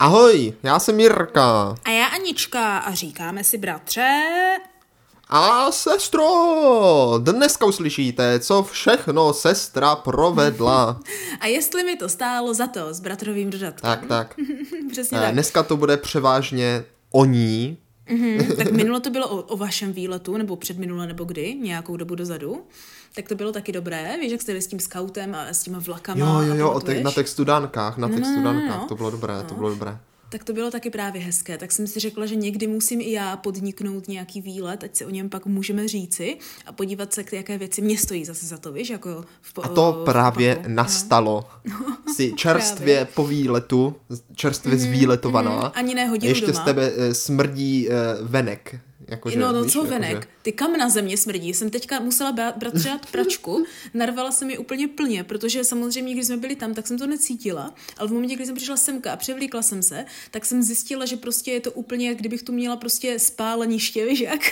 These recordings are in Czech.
Ahoj, já jsem Jirka. A já Anička a říkáme si bratře... A sestro, dneska uslyšíte, co všechno sestra provedla. A jestli mi to stálo za to s bratrovým dodatkem. Tak. Přesně tak. Dneska to bude převážně o ní. Tak minulo to bylo o vašem výletu, nebo předminule, nebo kdy, nějakou dobu dozadu. Tak to bylo taky dobré, víš, jak jste jeli s tím skautem a s těma vlakama. Jo, na těch studánkách, No. To bylo dobré. Tak to bylo taky právě hezké, tak jsem si řekla, že někdy musím i já podniknout nějaký výlet, ať si o něm pak můžeme říci a podívat se, jaké věci mě stojí zase za to, víš, jako A to právě nastalo. Jsi čerstvě po výletu, čerstvě zvíletovaná. Ani ne hodinu ještě doma. z tebe smrdí venek. Jakože, víš, co venek? Ty kam na země smrdí? Jsem teďka musela bratřát pračku, narvala jsem ji úplně plně, protože samozřejmě, když jsme byli tam, tak jsem to necítila, ale v momentě, kdy jsem přišla semka a převlíkla jsem se, tak jsem zjistila, že prostě je to úplně, jak kdybych tu měla prostě spáleniště, víš jak?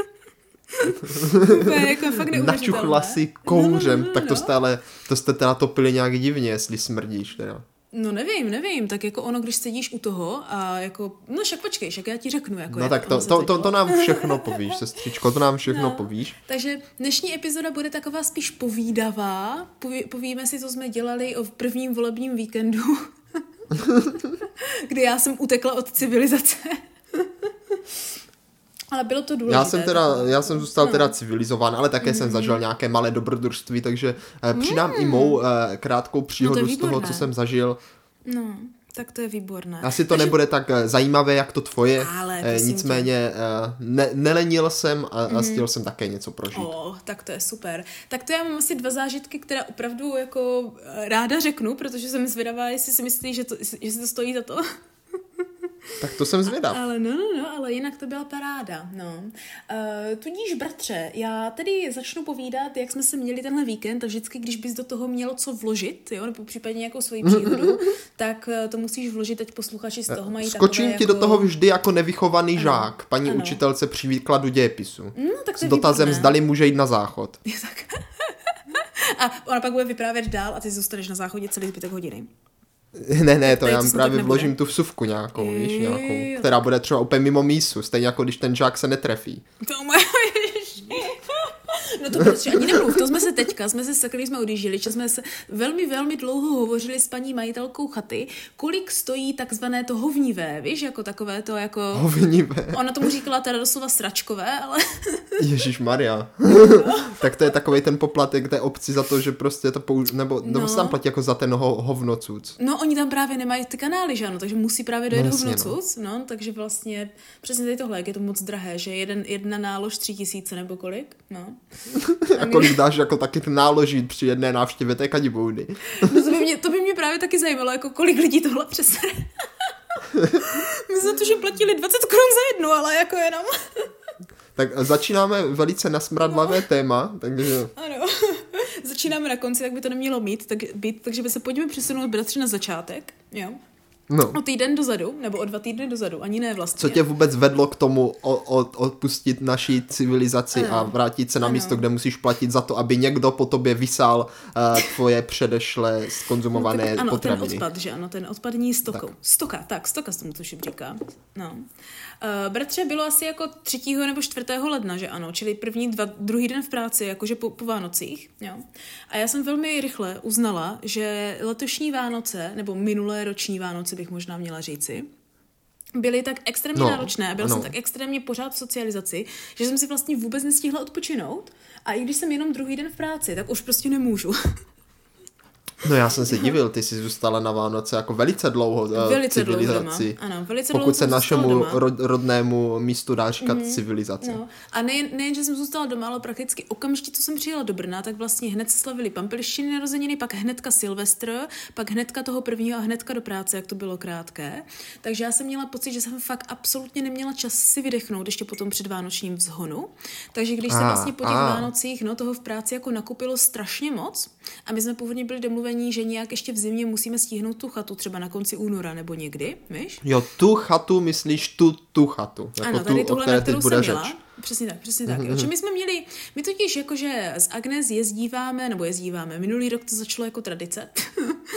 jako fakt neuvěřitelné. Načuchla si kouřem, tak to jste teda topili nějak divně, jestli smrdíš teda. No nevím, tak jako ono, když sedíš u toho a jako, no však počkej, však já ti řeknu, jako no jak tak to nám všechno povíš, sestřičko, to nám všechno povíš. Takže dnešní epizoda bude taková spíš povídavá, povíme si, co jsme dělali o prvním volebním víkendu, kdy já jsem utekla od civilizace. Ale bylo to důležité. Já jsem zůstal teda civilizován, ale také jsem zažil nějaké malé dobrodružství, takže přidám i mou krátkou příhodu z toho, co jsem zažil. No, tak to je výborné. Asi to nebude tak zajímavé, jak to tvoje, ale nicméně nelenil jsem a chtěl jsem také něco prožít. Tak to je super. Tak to já mám asi 2 zážitky, které opravdu jako ráda řeknu, protože jsem zvědavá, jestli si myslíš, že to stojí za to. Tak to jsem zvědav. Ale jinak to byla paráda, no. Tudíž, bratře, já tedy začnu povídat, jak jsme se měli tenhle víkend a vždycky, když bys do toho mělo co vložit, jo, nebo případně nějakou svoji příhodu, tak to musíš vložit, teď posluchači z toho mají skočím takové ti jako... do toho vždy jako nevychovaný žák, paní učitelce při výkladu dějepisu. Tak s dotazem, zdali může jít na záchod. A ona pak bude vyprávět dál a ty zůstaneš na záchodě celý zbytek hodiny. Ne, to já právě vložím tu vsuvku nějakou, víš, která bude třeba úplně mimo mísu, stejně jako když ten žák se netrefí. No to prostě ani nemluv, to jsme se sekli, jsme odjížděli, že jsme se velmi, velmi dlouho hovořili s paní majitelkou chaty, kolik stojí takzvané to hovnivé, víš, jako takové to jako... Hovnivé. Ona tomu říkala teda doslova sračkové, ale... Ježišmarja. Tak to je takovej ten poplatek té obci za to, že prostě to nebo se tam platí jako za ten hovnocuc. No, oni tam právě nemají ty kanály, že ano, takže musí právě dojet hovnocuc, no, takže vlastně přesně tady tohle, jak je to moc drahé, že jedna nálož 3000 nebo kolik, no. A kolik dáš jako taky náložit při jedné návštěvě té kadiboudy? No to by mě právě taky zajímalo, jako kolik lidí tohle přesere. My za to, že platili 20 Kč za jednu, ale jako jenom. Tak začínáme velice nasmradlavé téma, takže... Ano, začínáme na konci, tak by to nemělo být, takže by se pojďme přesunout, bratři, na začátek, jo? No. O týden dozadu, nebo o 2 týdny dozadu, ani ne vlastně. Co tě vůbec vedlo k tomu odpustit naší civilizaci a vrátit se na místo, kde musíš platit za to, aby někdo po tobě vysál tvoje předešlé skonzumované potraviny. Ten odpad, že ano, ten odpadní stokou. Stoka se tomu tuším říká. No. Bratře, bylo asi jako 3. nebo 4. ledna, že ano, čili druhý den v práci, jakože po Vánocích, jo. A já jsem velmi rychle uznala, že letošní Vánoce, nebo minulé roční Vánoce bych možná měla říci, byly tak extrémně náročné a byla jsem tak extrémně pořád v socializaci, že jsem si vlastně vůbec nestihla odpočinout a i když jsem jenom druhý den v práci, tak už prostě nemůžu. No já jsem se divil, ty jsi zůstala na Vánoce jako velice dlouho v civilizaci. Ano, velice pokud se našemu rodnému místu dá říkat civilizace. No. A nejen, že jsem zůstala doma, ale prakticky okamžitě, co jsem přijela do Brna, tak vlastně hned se slavili pampelištěny narozeniny, pak hnedka Silvestr, pak hnedka toho prvního a hnedka do práce, jak to bylo krátké. Takže já jsem měla pocit, že jsem fakt absolutně neměla čas si vydechnout ještě po tom předvánočním vzhonu. Takže když se vlastně po těch Vánocích toho v práci jako nakupilo strašně moc a my jsme původně byli domluvení, že nějak ještě v zimě musíme stihnout tu chatu, třeba na konci února nebo někdy, víš? Jo, tu chatu myslíš tu chatu. Jako ano, tady tuhle, na kterou jsem měla. Řeč. Přesně tak. Mm-hmm. My totiž jakože z Agnes jezdíváme, minulý rok to začalo jako tradice,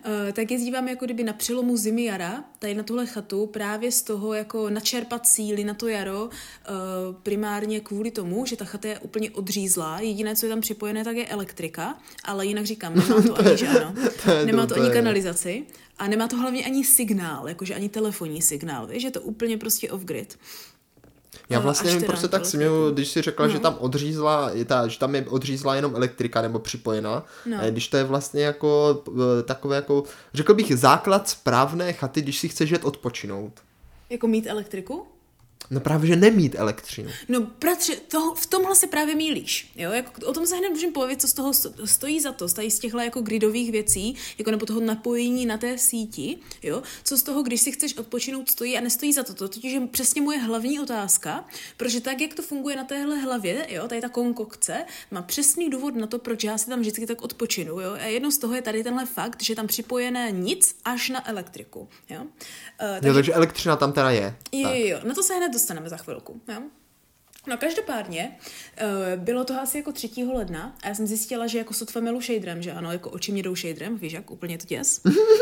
tak jezdíváme jako kdyby na přelomu zimy jara, tady na tuhle chatu, právě z toho jako načerpat síly na to jaro, primárně kvůli tomu, že ta chata je úplně odřízlá, jediné, co je tam připojené, tak je elektrika, ale jinak říkám, nemá to ani, že ano, nemá to ani kanalizaci a nemá to hlavně ani signál, jakože ani telefonní signál, víš, že to úplně prostě off-grid. Já vlastně nevím, proč se tak směju, když jsi řekla, že tam že tam je odřízlá jenom elektrika nebo připojená, když to je vlastně jako takové jako, řekl bych, základ správné chaty, když si chceš jet odpočinout. Jako mít elektriku? No právě, že nemít elektřinu. No, bratře, v tomhle se právě mýlíš, jo, jako, o tom se hned můžeme povědět, co z toho stojí za to, z těchto jako gridových věcí, jako nebo toho napojení na té síti, jo, co z toho, když si chceš odpočinout, stojí a nestojí za to, totiž je přesně moje hlavní otázka, protože tak, jak to funguje na téhle hlavě, jo, tady ta konkokce, má přesný důvod na to, proč já si tam vždycky tak odpočinu, jo, a jedno z toho je tady tenhle fakt, že tam připojené nic až na elektriku, jo. Takže elektřina tam teda je. Jo, na to se hned dostaneme za chvilku. Jo? No každopádně, bylo to asi jako 3. ledna a já jsem zjistila, že jako sotva milu shaderem, že ano, jako oči mě jdou shaderem, víš jak, úplně to děs.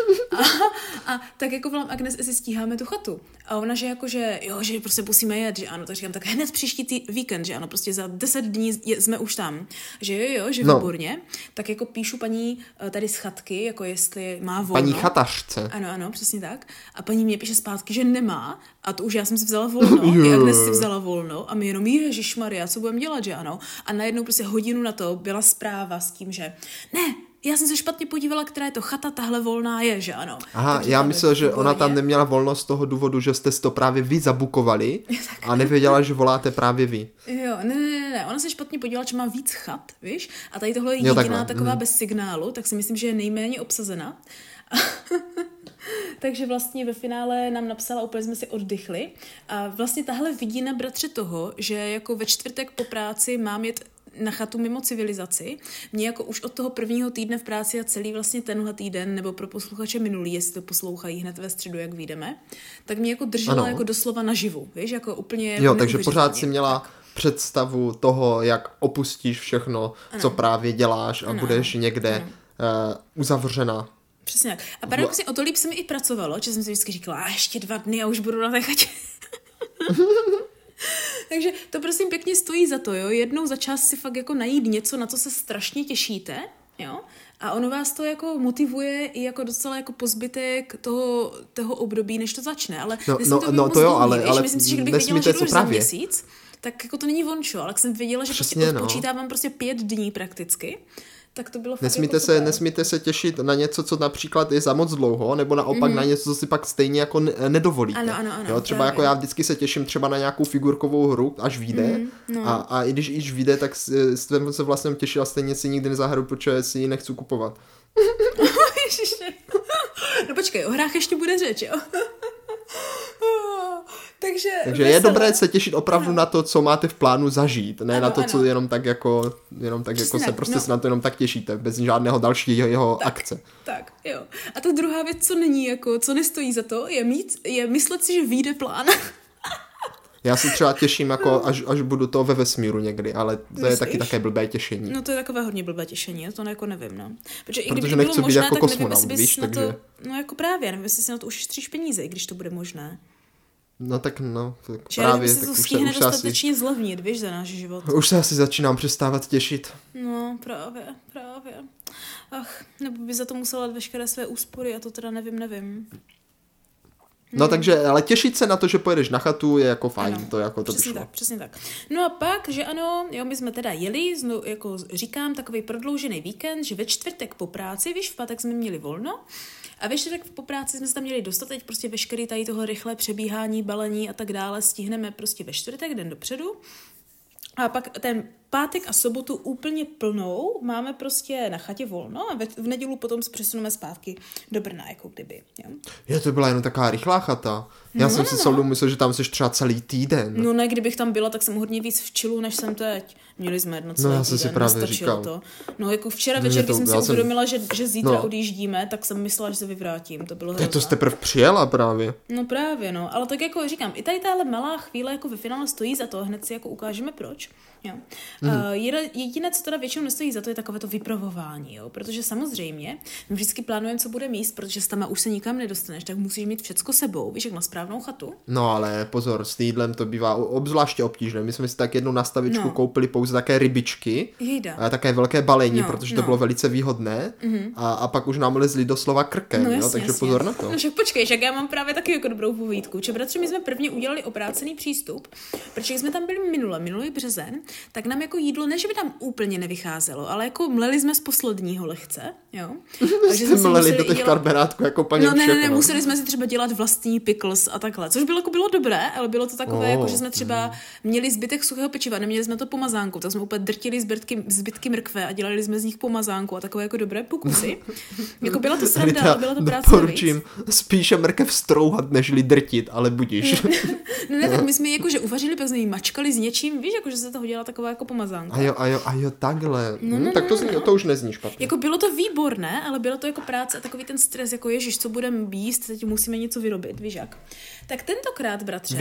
A tak jako volám Agnes, jestli stíháme tu chatu. A ona, že jako, že jo, že prostě musíme jet, že ano, tak říkám, tak hned příští víkend, že ano, prostě za 10 dní jsme už tam. Že jo, že výborně. Tak jako píšu paní tady z chatky, jako jestli má volno. Paní chatařce. Ano, přesně tak. A paní mě píše zpátky, že nemá. A to už já jsem si vzala volno, i Agnes si vzala volno a my jenom ježišmarja, co budeme dělat, že ano. A najednou prostě hodinu na to byla zpráva s tím, že ne, já jsem se špatně podívala, která je to chata, tahle volná je, že ano. Aha, takže já myslel, že ona tam neměla volnost z toho důvodu, že jste si to právě vy zabukovali a nevěděla, že voláte právě vy. Jo, ne, ona se špatně podívala, že má víc chat, víš? A tady tohle je jediná taková bez signálu, tak si myslím, že je nejméně obsazena. Takže vlastně ve finále nám napsala, úplně jsme si oddychli. A vlastně tahle vidina, bratře, toho, že jako ve čtvrtek po práci mám jet na chatu mimo civilizaci, mě jako už od toho prvního týdne v práci a celý vlastně tenhle týden, nebo pro posluchače minulý, jestli to poslouchají hned ve středu, jak vyjdeme, tak mě jako držela jako doslova naživu, víš, jako úplně... Jo, takže pořád si měla představu toho, jak opustíš všechno, co právě děláš a budeš někde uzavřena. Přesně tak. A paradoxně o to líp se mi i pracovalo, že jsem si vždycky říkala, a ještě 2 dny a už budu na té chatě. Takže to prosím pěkně stojí za to, jo. Jednou za čas si fakt jako najít něco, na co se strašně těšíte, jo. A ono vás to jako motivuje i jako docela jako pozbytek toho období, než to začne. Ale to jo, ale myslím si, že kdybych věděla, že za měsíc, tak jako to není vončo, ale jak jsem věděla, že přesně, prostě odpočítávám prostě 5 dní prakticky, tak to bylo nesmíte se těšit na něco, co například je za moc dlouho, nebo naopak na něco, co si pak stejně jako nedovolíte. Ano, jo, třeba právě. Jako já vždycky se těším třeba na nějakou figurkovou hru, až vyjde. A i když vyjde, tak jsem se vlastně těšila, stejně si nikdy nezahraju, protože si ji nechci kupovat. No počkej, o hrách ještě bude řeč, jo? Takže je dobré se těšit opravdu na to, co máte v plánu zažít, ne na to, co jenom tak jako se prostě se na to jenom tak těšíte, bez žádného dalšího akce. Tak, jo. A ta druhá věc, co není jako, co nestojí za to, je myslet si, že vyjde plán. Já si třeba těším, jako až budu to ve vesmíru někdy, ale to je taky také blbé těšení. No to je takové hodně blbé těšení, to jako nevím, no. Protože nechci být jako kosmonaut, víš, takže... No jako právě, nevím, jestli si na to ušetříš peníze, i když to bude možné. No tak no, tak že právě. Tak to stihne dostatečně zlevnit, víš, za náš život. Už se asi začínám přestávat těšit. No, právě. Ach, nebo by za to musela dát veškeré své úspory a to teda nevím. No takže, ale těšit se na to, že pojedeš na chatu je jako fajn, ano, to jako to vyšlo. Přesně tak. No a pak, že ano, jo, my jsme teda jeli, jako říkám, takový prodloužený víkend, že ve čtvrtek po práci, víš, v pátek jsme měli volno a ve čtvrtek po práci jsme se tam měli dostat, teď prostě veškerý tady toho rychlé přebíhání, balení a tak dále stihneme prostě ve čtvrtek, den dopředu. A pak ten pátek a sobotu úplně plnou máme prostě na chatě volno a v nedělu potom se přesuneme zpátky do Brna, jako kdyby. Jo? To byla jenom taková rychlá chata. Já jsem si celou myslel, že tam jsi třeba celý týden. No ne, kdybych tam byla, tak jsem hodně víc v chillu, než jsem teď. Měli jsme jedno celý týden, si právě říkal. To. No jako včera večer, když jsem si uvědomila, že zítra odjíždíme, tak jsem myslela, že se vyvrátím. To bylo hrozné. To jste teprve přijela právě. No právě, no. Ale tak jako říkám, i tady tahle malá chvíle jako ve finále stojí za to, hned si jako ukážeme proč. Jo. Jediné, co teda většinou nestojí za to, je takové to vypravování, jo? Protože samozřejmě my vždycky plánujeme, co bude míst, protože tam už se nikam nedostaneš, tak musíš mít všecko sebou, víš, jak na správnou chatu. No ale pozor, s jídlem to bývá obzvláště obtížné. My jsme si tak jednou na stavičku koupili pouze také rybičky a také velké balení, protože to bylo velice výhodné a pak už nám lezli doslova krkem, no, jasně, jo? Takže jasně. pozor na to. No však počkej, jak já mám právě taky jako dobrou povídku. Bratře, my jsme prvně udělali obrácený přístup, protože jsme tam byli minulý březen, tak nám jako jídlo, ne, že by tam úplně nevycházelo, ale jako mleli jsme z posledního lehce, jo. Takže jsme mleli do těch karbonátků jako paní ne, museli jsme si třeba dělat vlastní pickles a takhle, což bylo dobré, ale bylo to takové, jako že jsme třeba měli zbytek suchého pečiva, neměli jsme to pomazánku, tak jsme úplně drtili zbytky mrkve a dělali jsme z nich pomazánku a takové jako dobré pokusy. Jako byla to sranda, ale byla to práce navíc. Spíše mrkev strouhat, nežli drtit, ale budíš. Ne, tak my jsme ji jakože uvařili, pak jsme ji mačkali s něčím, víš, jakože se toho dělala taková jako pomazánka. A jo, takhle. Tak to už nezní špatně. Jako bylo to výborné, ale bylo to jako práce a takový ten stres, jako ježiš, co budeme jíst, teď musíme něco vyrobit, víš jak. Tak tentokrát, bratře,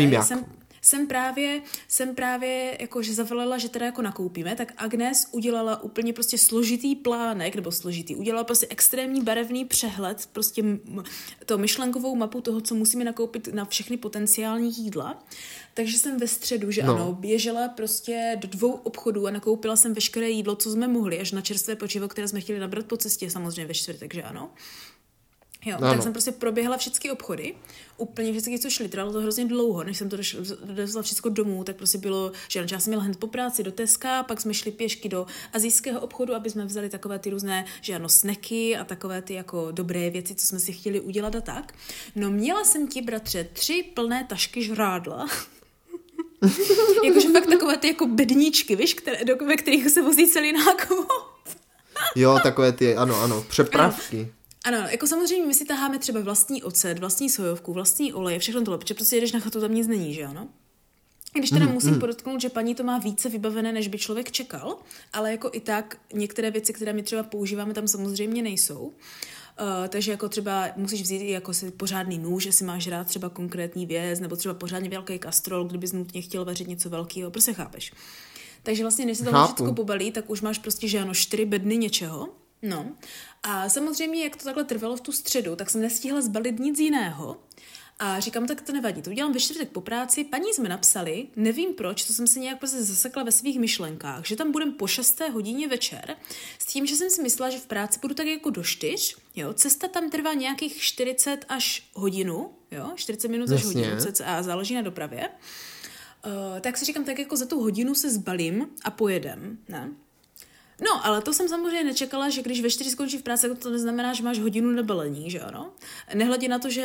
jsem právě jakože zavolala, že teda jako nakoupíme, tak Agnes udělala úplně prostě složitý plánek, udělala prostě extrémní barevný přehled, prostě to myšlenkovou mapu toho, co musíme nakoupit na všechny potenciální jídla. Takže jsem ve středu, že ano, běžela prostě do 2 obchodů a nakoupila jsem veškeré jídlo, co jsme mohli, až na čerstvé pečivo, které jsme chtěli nabrat po cestě, samozřejmě ve čtvrtek, že ano. Jo, tak jsem prostě proběhla všechny obchody, úplně všechny, co šly, trvalo to hrozně dlouho, než jsem to dovezla všechno domů, tak prostě bylo, že já jsem měla hned po práci do Teska, pak jsme šli pěšky do asijského obchodu, aby jsme vzali takové ty různé, že ano, snacky a takové ty jako dobré věci, co jsme si chtěli udělat a tak. No měla jsem ti, bratře, 3 plné tašky žrádla. Jakože fakt takové ty jako bedníčky, víš, ve kterých se vozí celý nákup. Jo, takové ty, ano, přepravky. Ano, jako samozřejmě my si taháme třeba vlastní ocet, vlastní sojovku, vlastní olej, všechno tohle, protože prostě jedeš na chatu, tam nic není, že ano? Když teda musím podotknout, že paní to má více vybavené, než by člověk čekal, ale jako i tak některé věci, které my třeba používáme, tam samozřejmě nejsou. Takže jako třeba musíš vzít jako si pořádný nůž, jestli máš rád třeba konkrétní věc, nebo třeba pořádně velký kastrol, kdybys nutně chtěl vařit něco velkého, prostě chápeš. Takže vlastně, než se to všechno pobalí, tak už máš prostě, že ano, 4 bedny něčeho. No. A samozřejmě, jak to takhle trvalo v tu středu, tak jsem nestihla zbalit nic jiného. A říkám, tak to nevadí, to udělám ve čtvrtek po práci, paní jsme napsali, nevím proč, to jsem se nějak prostě zasekla ve svých myšlenkách, že tam budem po 6. hodině večer, s tím, že jsem si myslela, že v práci budu tak jako do 4, jo, cesta tam trvá nějakých 40 až hodinu, jo, 40 minut až hodinu, a záleží na dopravě. Tak si říkám, tak jako za tu hodinu se zbalím a pojedem, ne? No, ale to jsem samozřejmě nečekala, že když ve 4 skončí v práci, to neznamená, že máš hodinu na balení, že ano? Nehledě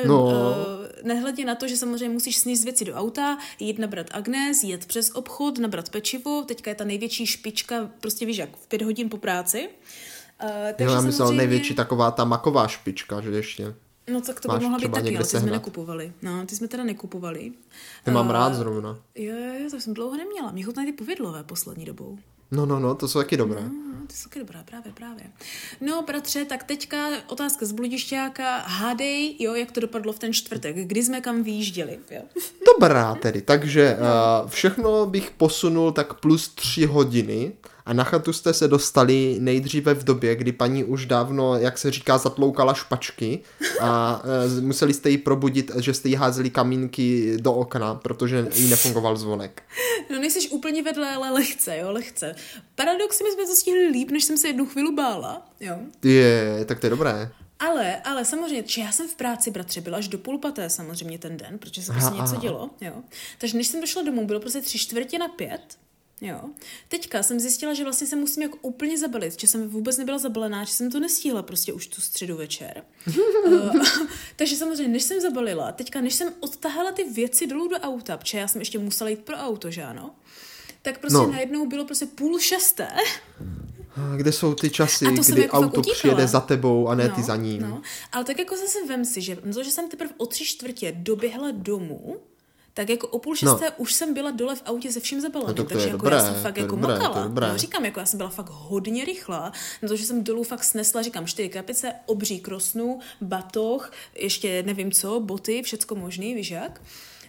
na to, že samozřejmě musíš sníst věci do auta, jít nabrat Agnes, jet přes obchod, nabrat pečivo, teďka je ta největší špička, prostě víš jak, v 5 hodin po práci. Já myslel největší taková ta maková špička, že ještě. No tak to by mohla být taky, ale ty jsme nekupovali. No, ty jsme teda nekupovali. Ty mám rád zrovna. Jo, to jsem dlouho neměla. Mě chutnají ty povidlové poslední dobou. No, to jsou taky dobré. No, ty jsou taky dobré, právě. No, bratře, tak teďka otázka z bludišťáka. Hádej, jo, jak to dopadlo v ten čtvrtek, kdy jsme kam vyjížděli, jo? Dobrá tedy, takže všechno bych posunul tak plus 3 hodiny a na chatu jste se dostali nejdříve v době, kdy paní už dávno, jak se říká, zatloukala špačky a museli jste jí probudit, že jste jí házeli kamínky do okna, protože jí nefungoval zvonek. No nejseš úplně vedle, ale lehce. Paradoxně jsme to stihli líp, než jsem se jednu chvíli bála, jo? Tak to je dobré. Ale samozřejmě, že já jsem v práci, bratře, byla až do 4:30 samozřejmě ten den, protože se prostě něco dělo, jo. Takže než jsem došla domů, bylo prostě 3:45, jo. Teďka jsem zjistila, že vlastně se musím jako úplně zabalit, že jsem vůbec nebyla zabalená, že jsem to nestihla prostě už tu středu večer. Takže samozřejmě, než jsem zabalila, teďka než jsem odtahala ty věci dolů do auta, protože já jsem ještě musela jít pro auto, že ano, tak prostě najednou bylo prostě 5:30. Kde jsou ty časy, kdy jako auto přijede za tebou a ne ty za ním. No. Ale tak jako zase vem si, že jsem teprve o 3:15 doběhla domů, tak jako o 5:30 už jsem byla dole v autě se vším zabaleným, no takže jako dobré, já jsem fakt jako makala. No, říkám, jako já jsem byla fakt hodně rychlá, protože jsem dolů fakt snesla, říkám, 4 krabice, obří krosnu, batoh, ještě nevím co, boty, všecko možný, víš jak.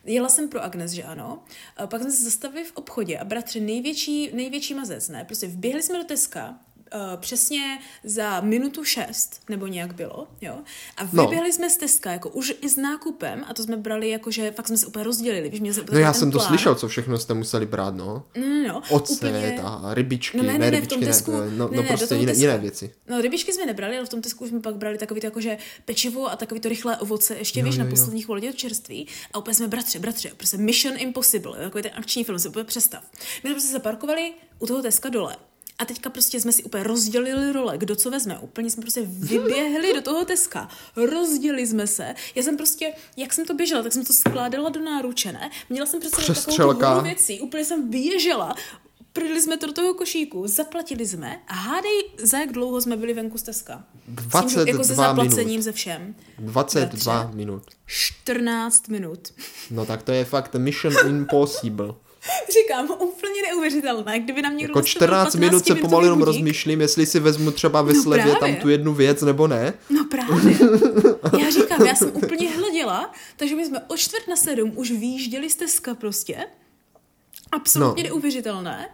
jela jsem pro Agnes, že ano. A pak jsme se zastavili v obchodě a bratře, největší mazec, ne? Prostě vběhli jsme do Teska, přesně za 1:06, nebo nějak bylo, jo. A vyběhli jsme z Teska, jako už i s nákupem, a to jsme brali jako, že fakt jsme se úplně rozdělili, víš, měli jsme no já jsem to slyšel, co všechno jste museli brát, no. No. Ocet úplně... a rybičky, rybičky, prostě jiné věci. No rybičky jsme nebrali, ale v tom Tesku už jsme pak brali takový to jakože pečivo a takový to rychlé ovoce, ještě víš, na poslední chvíli od čerství. A úplně jsme bratře, prostě Mission Impossible, takový ten akční film, si úplně představ. My jsme prostě zaparkovali u toho Teska dole. A teďka prostě jsme si úplně rozdělili role, kdo co vezme. Úplně jsme prostě vyběhli do toho Teska. Rozdělili jsme se. Já jsem prostě, jak jsem to běžela, tak jsem to skládala do náruče, ne? Měla jsem prostě takovou věcí. Úplně jsem běžela. Prdili jsme to do toho košíku, zaplatili jsme a hádej, za jak dlouho jsme byli venku z Teska. 22 jako se zaplacením minut. Ze všem. 22 minut. 14 minut. No tak to je fakt Mission Impossible. Říkám, úplně neuvěřitelné, kdyby nám někdo... Jako 14 minut se pomalu jenom rozmýšlím, jestli si vezmu třeba ve slevě tam tu jednu věc, nebo ne. No právě. Já říkám, já jsem úplně hleděla, takže my jsme o 6:45 už vyjížděli z Teska prostě. Absolutně neuvěřitelné.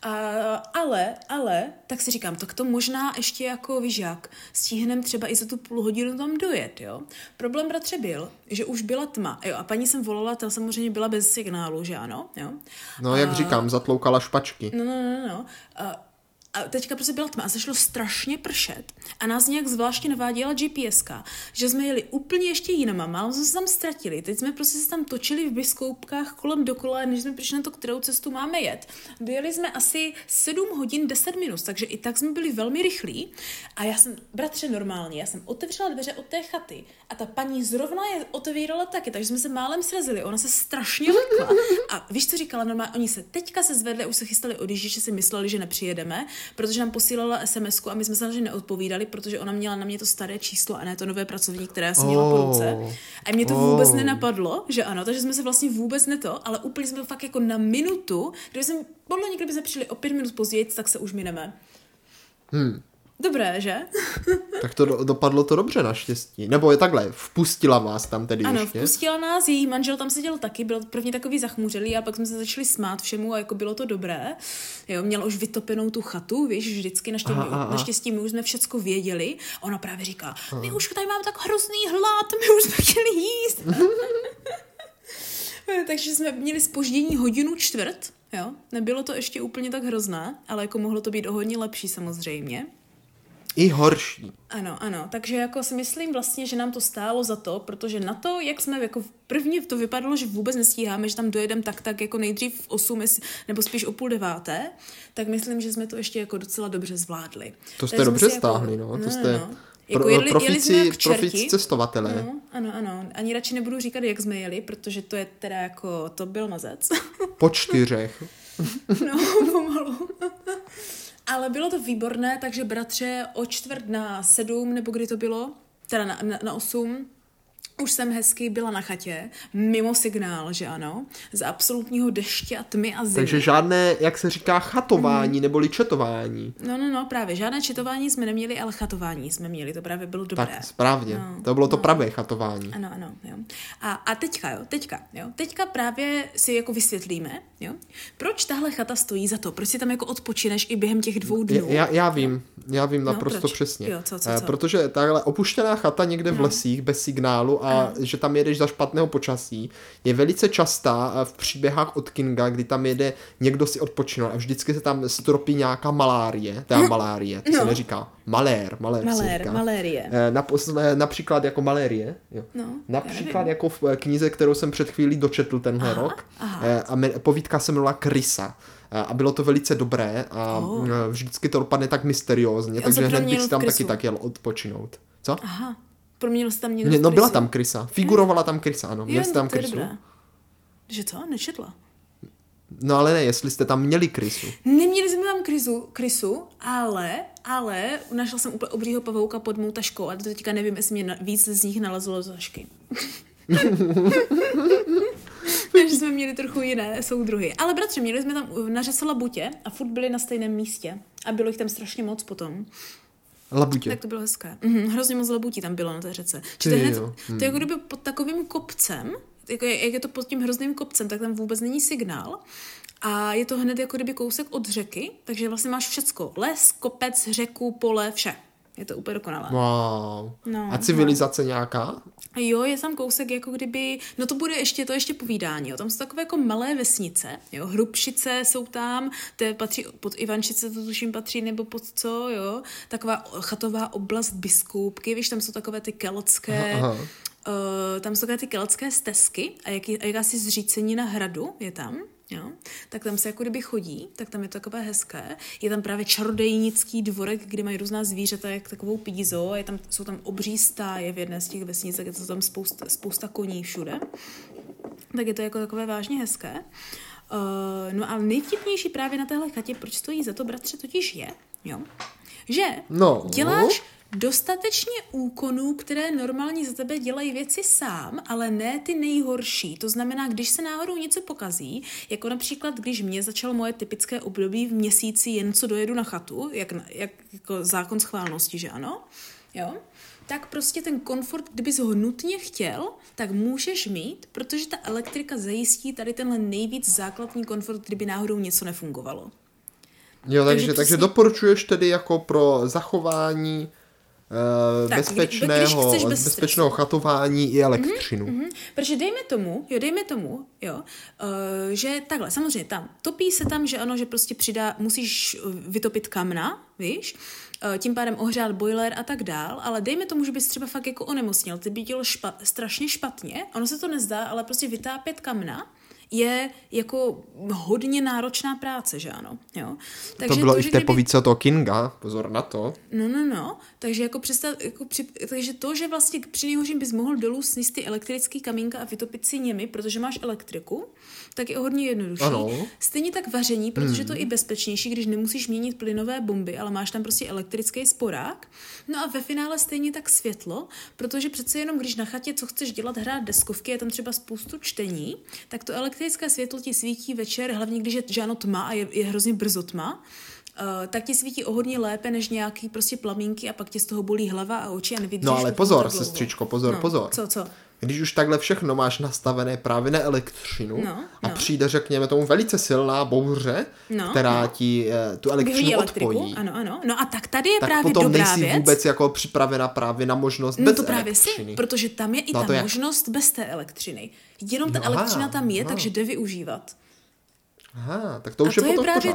Ale, tak si říkám, tak to možná ještě jako víš jak, stihnem třeba i za tu půl hodinu tam dojet, jo. Problém, bratře, byl, že už byla tma, jo, a paní jsem volala, ta samozřejmě byla bez signálu, že ano, jo. No, jak říkám, zatloukala špačky. No. A teďka prostě byla tma a začalo strašně pršet a nás nějak zvláštně naváděla GPSka, že jsme jeli úplně ještě jinama, málo jsme se tam ztratili, teď jsme prostě se tam točili v biskoupkách kolem dokola, než jsme přišli na to, kterou cestu máme jet. Dojeli jsme asi 7 hodin 10 minut, takže i tak jsme byli velmi rychlí a já jsem, bratře, normálně, já jsem otevřela dveře od té chaty a ta paní zrovna je otevírala taky, takže jsme se málem srazili, ona se strašně lekla. A víš, co říkala normálně, oni se teďka se zvedli, už se chystali odjíždět, že si mysleli, že nepřijedeme, protože nám posílala SMS-ku a my jsme se neodpovídali, protože ona měla na mě to staré číslo a ne to nové pracovní, které já jsem měla po ruce. A mě to vůbec nenapadlo, že ano, takže jsme se vlastně vůbec ale úplně jsme fakt jako na minutu, podle mě, kdyby jsme přišli o 5 minut později, tak se už mineme. Dobré, že? Tak to dopadlo to dobře naštěstí. Nebo je takhle, vpustila vás tam tedy ano, ještě? Ano, vpustila nás, její manžel tam seděl taky, byl první takový zachmuřelý a pak jsme se začali smát všemu a jako bylo to dobré. Jo, měla už vytopenou tu chatu, víš, vždycky naštěstí my už jsme všecko věděli. A ona právě říká, my už tady máme tak hrozný hlad, my už jsme chtěli jíst. Takže jsme měli zpoždění 1:15 hodin, jo. Nebylo to ještě úplně tak hrozné, ale jako mohlo to být o hodně lepší samozřejmě. I horší. Ano, takže jako si myslím vlastně, že nám to stálo za to, protože na to, jak jsme jako prvně to vypadalo, že vůbec nestíháme, že tam dojedeme tak jako nejdřív v 8 nebo spíš o 8:30, tak myslím, že jsme to ještě jako docela dobře zvládli. To jste dobře stáhli, jako, no. To jste profici cestovatelé. No, ano. Ani radši nebudu říkat, jak jsme jeli, protože to je teda jako, to byl mazec. Po 4. No, pomalu. Ale bylo to výborné, takže bratře o 6:45, nebo kdy to bylo, teda na 8, už jsem hezky byla na chatě, mimo signál, že ano, za absolutního deště a tmy a zimy. Takže žádné, jak se říká, chatování neboli četování. No, právě, žádné četování jsme neměli, ale chatování jsme měli, to právě bylo dobré. Tak, správně, to bylo to pravé chatování. Ano, jo. A teďka právě si jako vysvětlíme, jo, proč tahle chata stojí za to, proč si tam jako odpočineš i během těch 2 dnů. Já vím naprosto přesně. Jo, co? Protože tahle opuštěná chata někde v lesích bez signálu a že tam jedeš za špatného počasí, je velice častá v příběhách od Kinga, kdy tam jede někdo si odpočinout a vždycky se tam stropí nějaká malárie, to se neříká, malérie. Například jako malérie, jo. Například jako v knize, kterou jsem před chvílí dočetl tenhle rok, a povídka se jmenovala Krysa. A bylo to velice dobré a vždycky to dopadne tak mysteriózně, takže hned bych si tam taky jel odpočinout. Co? Aha. Proměnil se tam někdo v krysu? No byla tam krysa. Figurovala tam krysa, ano. Měli jste tam krysu? Že co? Nečetla. No ale ne, jestli jste tam měli krysu. Neměli jsme tam krysu, ale našla jsem úplně obřího pavouka pod mou taškou a to teďka nevím, jestli mě víc z nich nalezlo z tašky. Takže jsme měli trochu jiné soudruhy. Ale bratře, měli jsme tam na řece Labutě a furt byli na stejném místě. A bylo jich tam strašně moc potom. Labutě. Tak to bylo hezké. Hrozně moc labutí tam bylo na té řece. To je jako kdyby pod takovým kopcem, jak je to pod tím hrozným kopcem, tak tam vůbec není signál. A je to hned jako kdyby kousek od řeky, takže vlastně máš všecko. Les, kopec, řeku, pole, vše. Je to úplně dokonalé. Wow. No, a civilizace nějaká? Jo, je tam kousek jako kdyby, no to ještě povídání, jo. Tam jsou takové jako malé vesnice, jo. Hrubšice jsou tam, to patří pod Ivančice, to tuším patří, nebo pod co, jo. Taková chatová oblast Biskupky, víš, tam jsou takové ty keltské... tam jsou takové ty keltské stezky a jakási zřícenina hradu je tam, jo, tak tam se jako kdyby chodí, tak tam je to takové hezké. Je tam právě čarodejnický dvorek, kde mají různá zvířata, jak takovou pízo, jsou tam obří stáje v jedné z těch vesnic, tak je to tam spousta koní všude. Tak je to jako takové vážně hezké. No a nejvtipnější právě na téhle chatě, proč stojí za to, bratře, totiž je, jo, že děláš dostatečně úkonů, které normálně za tebe dělají věci sám, ale ne ty nejhorší. To znamená, když se náhodou něco pokazí, jako například, když mě začalo moje typické období v měsíci jen co dojedu na chatu, jak jako zákon schválnosti, že ano, jo, tak prostě ten komfort, kdybys ho nutně chtěl, tak můžeš mít, protože ta elektrika zajistí tady tenhle nejvíc základní komfort, kdyby náhodou něco nefungovalo. Jo, takže doporučuješ tedy jako pro zachování bezpečného chatování i elektřinu. Protože dejme tomu, že takhle, samozřejmě tam, topí se tam, že ano, že prostě musíš vytopit kamna, víš, tím pádem ohřát boiler a tak dál, ale dejme tomu, že bys třeba fakt jako onemocněl, ty by dělo strašně špatně, ono se to nezdá, ale prostě vytápět kamna je jako hodně náročná práce, že ano. Jo? Takže to bylo i v té povídce od toho Kinga, pozor na to. No, takže jako takže to, že vlastně při nejhorším bys mohl dolů sníst ty elektrický kamínka a vytopit si němi, protože máš elektriku, tak je hodně jednodušší. Ano. Stejně tak vaření, protože to je i bezpečnější, když nemusíš měnit plynové bomby, ale máš tam prostě elektrický sporák. No a ve finále stejně tak světlo, protože přece jenom, když na chatě, co chceš dělat, hrát deskovky, je tam třeba spoustu čtení, tak to elektrické světlo ti svítí večer, hlavně když je žádno tma a je hrozně brzo tma, tak ti svítí o hodně lépe než nějaký prostě plamínky a pak tě z toho bolí hlava a oči a nevidíš. No ale pozor, sestřičko, pozor. Co? Když už takhle všechno máš nastavené právě na elektřinu a přijde, řekněme tomu, velice silná bouře, která ti tu elektřinu odpojí. Ano. No a tak tady je tak právě potom dobrá nejsi věc. vůbec jako připravena právě na možnost bez to právě elektřiny. Si, protože tam je i ta možnost bez té elektřiny. Jenom ta elektřina tam je, takže jde využívat. Aha, tak to už je potom právě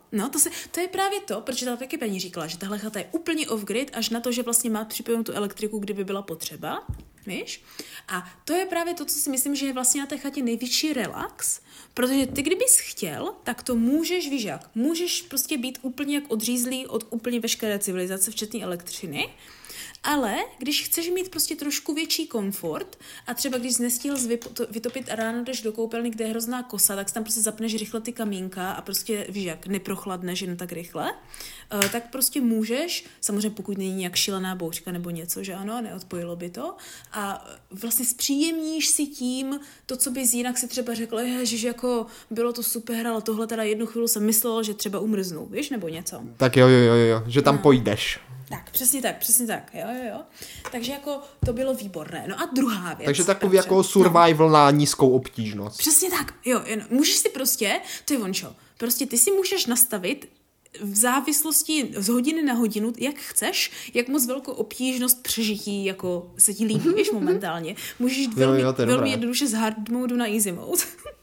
to je právě to, protože ta taky paní říkala, že tahle chata je úplně off-grid, až na to, že vlastně má připojenou tu elektriku, kdyby byla potřeba, víš? A to je právě to, co si myslím, že je vlastně na té chatě největší relax, protože ty kdybys chtěl, tak to můžeš, víš jak, můžeš prostě být úplně jak odřízlý od úplně veškeré civilizace, včetně elektřiny. Ale když chceš mít prostě trošku větší komfort a třeba když jsi nestihl vytopit a ráno jdeš do koupelny, kde je hrozná kosa, tak si tam prostě zapneš rychle ty kamínka a prostě, víš jak, neprochladneš jen tak rychle, tak prostě můžeš, samozřejmě pokud není nějak šílená bouřka nebo něco, že ano, neodpojilo by to, a vlastně zpříjemníš si tím to, co bys jinak si třeba řekl, že jako bylo to super, ale tohle teda jednu chvíli jsem myslel, že třeba umrznu, víš, nebo něco. Tak jo, že tam půjdeš. Tak, přesně tak, jo. Takže jako to bylo výborné. No a druhá věc. Takže takový jako survival na nízkou obtížnost. Přesně tak, jo. Můžeš si prostě, to je vončo, prostě ty si můžeš nastavit v závislosti z hodiny na hodinu, jak chceš, jak moc velkou obtížnost přežití jako se ti líbí, víš, momentálně. Můžeš velmi jednoduše z hard modu na easy mode.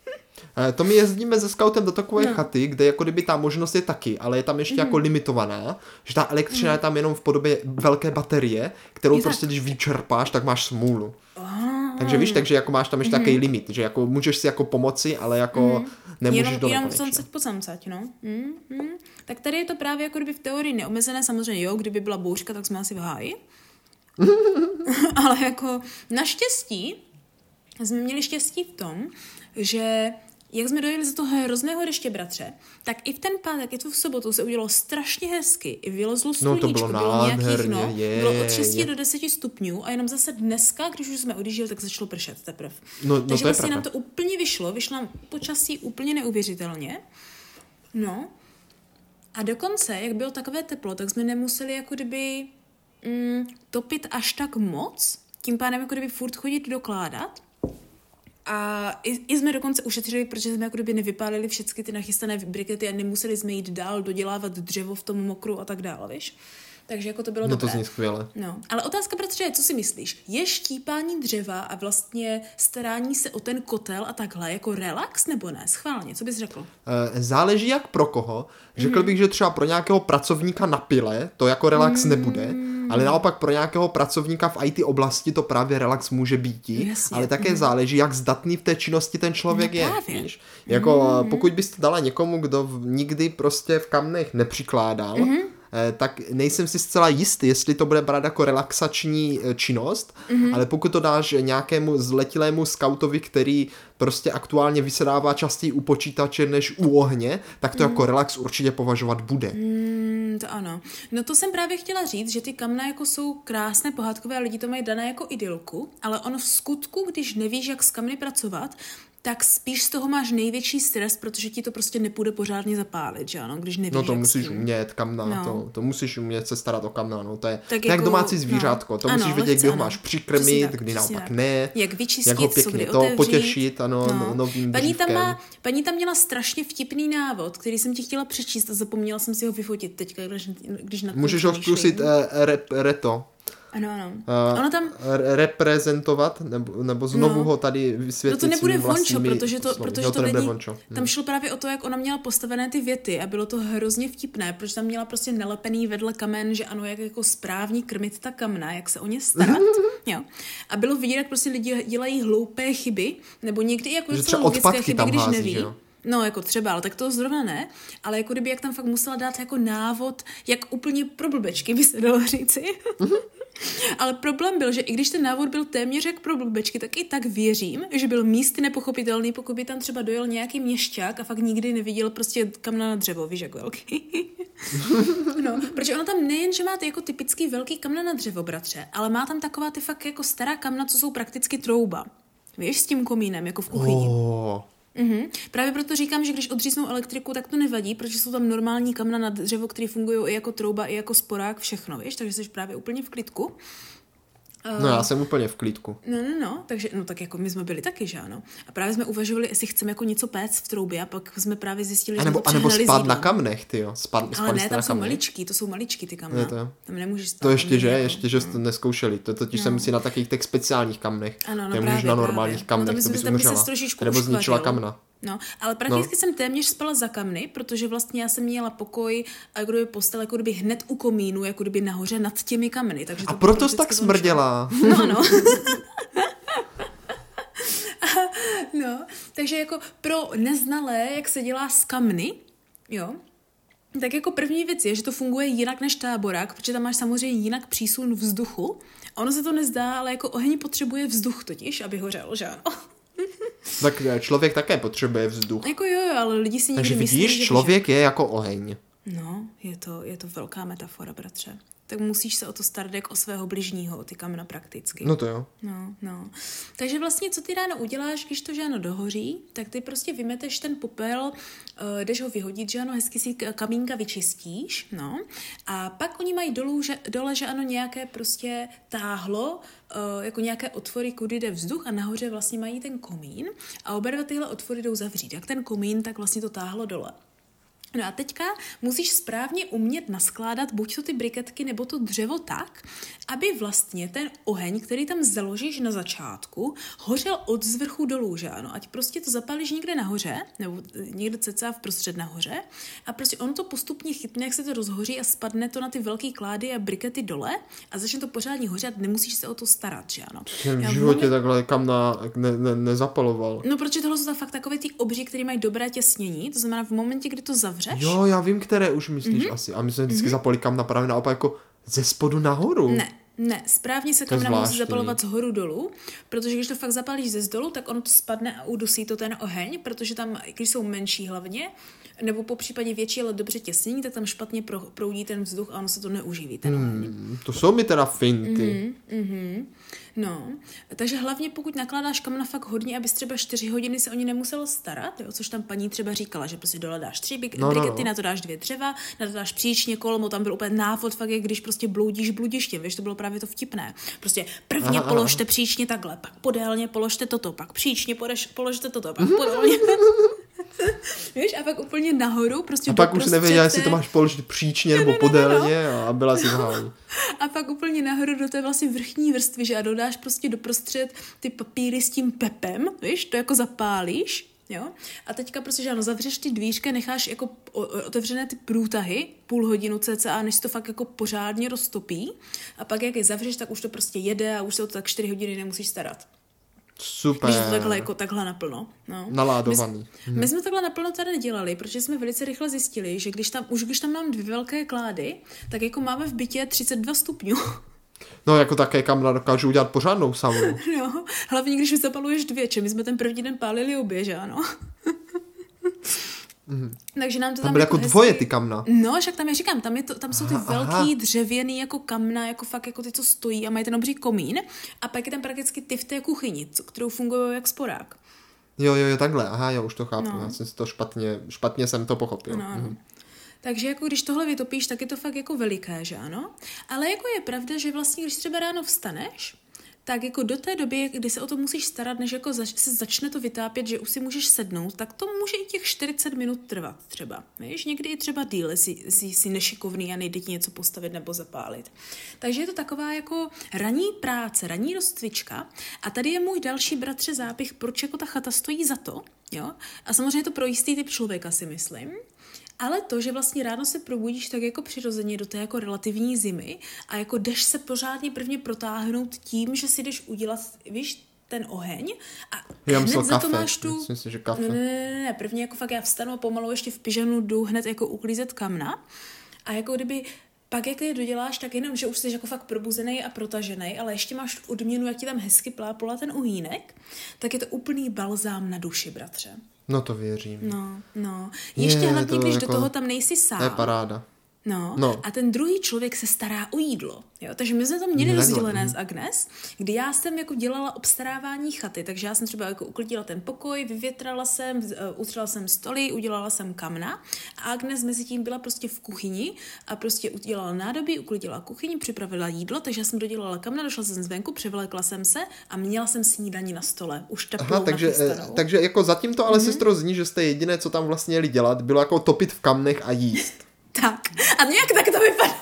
To my jezdíme se scoutem do takové chaty, kde jako kdyby ta možnost je taky, ale je tam ještě jako limitovaná, že ta elektřina je tam jenom v podobě velké baterie, kterou prostě když vyčerpáš, tak máš smůlu. Takže víš, takže jako máš tam ještě takový limit, že jako můžeš si jako pomoci, ale jako nemůžeš do nekonečna. Jenom pocamcať, no. Tak tady je to právě jako kdyby v teorii neomezené, samozřejmě jo, kdyby byla bouřka, tak jsme asi v háji. Ale jako naštěstí jsme měli štěstí v tom, že jak jsme dojeli z toho hrozného deště, bratře, tak i v ten pátek, i v sobotu se udělalo strašně hezky. I vylezlo sluníčko, bylo nějakých, bylo od 6 do 10 stupňů a jenom zase dneska, když už jsme odjížděli, tak začalo pršet teprve. Takže vlastně nám to úplně vyšlo nám počasí úplně neuvěřitelně. No a dokonce, jak bylo takové teplo, tak jsme nemuseli jako kdyby topit až tak moc, tím pádem jako kdyby furt chodit dokládat. A i jsme dokonce ušetřili, protože jsme jako kdyby nevypálili všechny ty nachystané brikety a nemuseli jsme jít dál dodělávat dřevo v tom mokru a tak dále, víš? Takže jako to bylo dobré. No to zní skvěle. No, ale otázka, bratře, je, co si myslíš? Je štípání dřeva a vlastně starání se o ten kotel a takhle jako relax nebo ne? Schválně, co bys řekl? Záleží jak pro koho. Řekl bych, že třeba pro nějakého pracovníka na pile to jako relax nebude, ale naopak pro nějakého pracovníka v IT oblasti to právě relax může být. Ale také záleží, jak zdatný v té činnosti ten člověk je. Víš? Jako pokud bys to dala někomu, kdo nikdy prostě v kamnech nepřikládal, tak nejsem si zcela jistý, jestli to bude brát jako relaxační činnost, ale pokud to dáš nějakému zletilému skautovi, který prostě aktuálně vysedává častěji u počítače než u ohně, tak to jako relax určitě považovat bude. To ano. No to jsem právě chtěla říct, že ty kamna jako jsou krásné, pohádkové a lidi to mají dané jako idylku, ale ono v skutku, když nevíš, jak s kamny pracovat, tak spíš z toho máš největší stres, protože ti to prostě nepůjde pořádně zapálit, že ano, když nevíš, no to musíš umět kamna, no. to musíš umět se starat o kamna, no to je tak jako domácí zvířátko, to musíš vědět, kdy ho máš přikrmit, tak, kdy naopak tak. ne, jak vyčistit, jak ho pěkně to potěšit, ano, novým dřívkem. Paní tam měla strašně vtipný návod, který jsem ti chtěla přečíst a zapomněla jsem si ho vyfotit teďka, když na můžeš ho zkusit reto. Ano. Ono tam reprezentovat, nebo znovu ho tady vysvětlit. No to nebude vončo, vlastními protože to nebude není, vončo. Tam šlo právě o to, jak ona měla postavené ty věty a bylo to hrozně vtipné, protože tam měla prostě nalepený vedle kamen, že ano, jak jako správně krmit ta kamna, jak se o ně starat. Jo. A bylo vidět, jak prostě lidi dělají hloupé chyby, nebo někdy jako třeba logické chyby, když hází, neví. Jo? No, jako třeba, ale tak to zrovna ne, ale jako kdyby jak tam fakt musela dát jako návod, jak úplně pro blbečky by se dalo říci. Ale problém byl, že i když ten návod byl téměř jak pro blbečky, tak i tak věřím, že byl místy nepochopitelný, pokud by tam třeba dojel nějaký měšťák a fakt nikdy neviděl prostě kamna na dřevo, víš, jak velký. No, protože ono tam nejen, že máte jako typický velký kamna na dřevo, bratře, ale má tam taková ty fakt jako stará kamna, co jsou prakticky trouba. Víš, s tím komínem, jako v kuchyni. Právě proto říkám, že když odříznou elektriku, tak to nevadí, protože jsou tam normální kamna na dřevo, které fungují i jako trouba, i jako sporák, všechno, víš, takže jsi právě úplně v klidku. No já jsem úplně v klídku. No, takže, no tak jako my jsme byli taky, že ano. A právě jsme uvažovali, jestli chceme jako něco péct v troubě a pak jsme právě zjistili, že to přehnali spát na kamnech, tyjo. Ale ne, tam jsou maličký, to jsou maličký ty kamna. Tam nemůžeš spát. To ještě jste to neskoušeli. To totiž jsem si na takových těch speciálních kamnech. Ano, nemůžeš na normálních kamnech, to bys umřela. Nebo zničila kamna. No, ale prakticky jsem téměř spala za kamny, protože vlastně já jsem měla pokoj a jako kdyby postel, jako kdyby hned u komínu, jako kdyby nahoře nad těmi kamny. Takže a proto jsi tak smrděla. No. No, takže jako pro neznalé, jak se dělá z kamny, jo, tak jako první věc je, že to funguje jinak než táborák, protože tam máš samozřejmě jinak přísun vzduchu. A ono se to nezdá, ale jako oheň potřebuje vzduch totiž, aby hořel, že ano. Tak člověk také potřebuje vzduch. Jako jo, ale lidi si někdy myslí, vidíš, že člověk je jako oheň. No, je to velká metafora, bratře. Tak musíš se o to starat jako o svého bližního, o ty kamna prakticky. No to jo. No. Takže vlastně, co ty ráno uděláš, když to žáno dohoří, tak ty prostě vymeteš ten popel, jdeš ho vyhodit, že ano, hezky si kamínka vyčistíš, no. A pak oni mají dole, že ano, nějaké prostě táhlo, jako nějaké otvory, kudy jde vzduch a nahoře vlastně mají ten komín a oba dva tyhle otvory jdou zavřít. Jak ten komín, tak vlastně to táhlo dole. No a teďka musíš správně umět naskládat buď to ty briketky nebo to dřevo tak, aby vlastně ten oheň, který tam založíš na začátku, hořel od zvrchu dolů, že ano? Ať prostě to zapálíš někde nahoře, nebo někde cca vprostřed nahoře a prostě on to postupně chytne, jak se to rozhoří a spadne to na ty velký klády a brikety dole a začne to pořádně hořet, nemusíš se o to starat, že ano? Jsem v životě takhle kamna nezapaloval. No, protože tohle jsou fakt takové ty obří, které mají dobré těsnění, to znamená v momentě, kdy to zavřeš. Jo, já vím, které už myslíš asi. A my jsme vždycky zapali kamna právě naopak jako ze spodu nahoru. Ne, správně se kamna musí zapalovat z horu dolů, protože když to fakt zapálíš ze zdolu, tak ono to spadne a udusí to ten oheň, protože tam, když jsou menší hlavně, nebo po případě větší, ale dobře těsnění, tak tam špatně proudí ten vzduch a ono se to neuživí, ten oheň. To jsou mi teda finty. No, takže hlavně pokud nakládáš kamna fakt hodně, abys třeba 4 hodiny se o ně nemuselo starat, jo, což tam paní třeba říkala, že prostě dole dáš 3 brikety, na to dáš 2 dřeva, na to dáš příčně kolmo, tam byl úplně návod fakt, jak když prostě bloudíš bludištěm, víš, to bylo právě právě to vtipné. Prostě prvně položte příčně takhle, pak podélně položte toto, pak příčně položte toto, pak podélně. Víš, a pak úplně nahoru, prostě a pak už nevěděla, jestli to máš položit příčně nebo podélně a byla si v háji. A pak úplně nahoru do té vlastně vrchní vrstvy, že a dodáš prostě doprostřed ty papíry s tím pepem, víš, to jako zapálíš. Jo? A teďka prostě, že ano, zavřeš ty dvířka, necháš jako otevřené ty průtahy, půl hodinu cca, než to fakt jako pořádně roztopí. A pak jak je zavřeš, tak už to prostě jede a už se o to tak 4 hodiny nemusíš starat. Super. Když to takhle, jako takhle naplno. No. Naládovaný. My jsme takhle naplno tady nedělali, protože jsme velice rychle zjistili, že když tam mám 2 velké klády, tak jako máme v bytě 32 stupňů. No jako také kamna dokážu udělat pořádnou saunu. No, hlavně když zapaluješ 2, my jsme ten první den pálili obě, že ano. Takže nám to tam byly jako dvoje ty kamna. No, však tam říkám, tam jsou ty velký dřevěný jako kamna, jako fakt jako ty, co stojí a mají ten obří komín. A pak je tam prakticky ty v té kuchyni, kterou fungují jak sporák. Jo, takhle, jo, už to chápu. No. Já jsem si to špatně jsem to pochopil. No. Takže jako když tohle vytopíš, tak je to fakt jako veliké, že ano? Ale jako je pravda, že vlastně, když třeba ráno vstaneš, tak jako do té doby, kdy se o to musíš starat, než jako se začne to vytápět, že už si můžeš sednout, tak to může i těch 40 minut trvat třeba. Víš, někdy i třeba díl, jsi nešikovný a nejde ti něco postavit nebo zapálit. Takže je to taková jako ranní práce, ranní rozcvička. A tady je můj další bratře zápich, proč jako ta chata stojí za to. Jo? A samozřejmě je to pro jistý typ člověka, si myslím. Ale to, že vlastně ráno se probudíš tak jako přirozeně do té jako relativní zimy a jako jdeš se pořádně prvně protáhnout tím, že si jdeš udělat, víš, ten oheň a hned za to máš tu... Myslím si, že kafe. Ne, prvně jako fakt já vstanu a pomalu ještě v pyžanu jdu hned jako uklízet kamna a jako kdyby pak jak je doděláš, tak jenom, že už jsi jako fakt probuzený a protažený, ale ještě máš v odměnu, jak ti tam hezky plápola ten uhýnek, tak je to úplný balzám na duši, bratře. No to věřím. No. Ještě hlavně, když jako, do toho tam nejsi sám. To je paráda. No. A ten druhý člověk se stará o jídlo. Jo? Takže my jsme to měli rozdělené s Agnes, kdy já jsem jako dělala obstarávání chaty, takže já jsem třeba jako uklidila ten pokoj, vyvětrala jsem, utřela jsem stoly, udělala jsem kamna a Agnes mezi tím byla prostě v kuchyni a prostě udělala nádobí, uklidila kuchyni, připravila jídlo, takže já jsem dodělala kamna, došla jsem zvenku, převlékla jsem se a měla jsem snídani na stole. Už teplou nachystanou. Takže jako zatím to ale sestro zní, že jste jediné, co tam vlastně jeli dělat, bylo jako topit v kamnech a jíst. Tak. A nějak tak to vypadalo.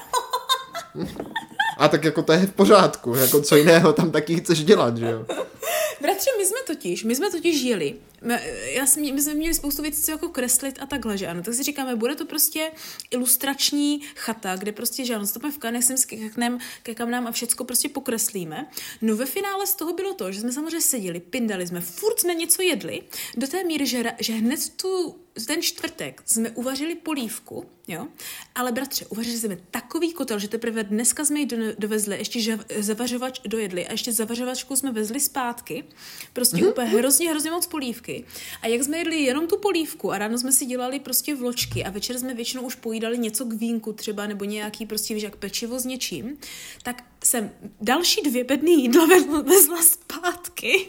A tak jako to je v pořádku. Jako co jiného tam taky chceš dělat, že jo? Bratře, my jsme totiž jeli. My jsme měli spoustu věcí, co jako kreslit a takhle, že ano. Tak si říkáme, bude to prostě ilustrační chata, kde prostě, že ano, stopeme v kanech, sem ke kamnám a všecko prostě pokreslíme. No ve finále z toho bylo to, že jsme samozřejmě seděli, pindali jsme, furt jsme něco jedli, do té míry, že hned ten čtvrtek jsme uvařili polívku, jo, ale bratře, uvařili jsme takový kotel, že teprve dneska jsme ji dovezli, ještě zavařovač dojedli a ještě zavařovačku jsme vezli zpátky, prostě úplně hrozně moc polívky. A jak jsme jedli jenom tu polívku a ráno jsme si dělali prostě vločky a večer jsme většinou už pojídali něco k vínku třeba nebo nějaký prostě, víš, jak pečivo s něčím, tak jsem další 2 bedný jídla vezla zpátky.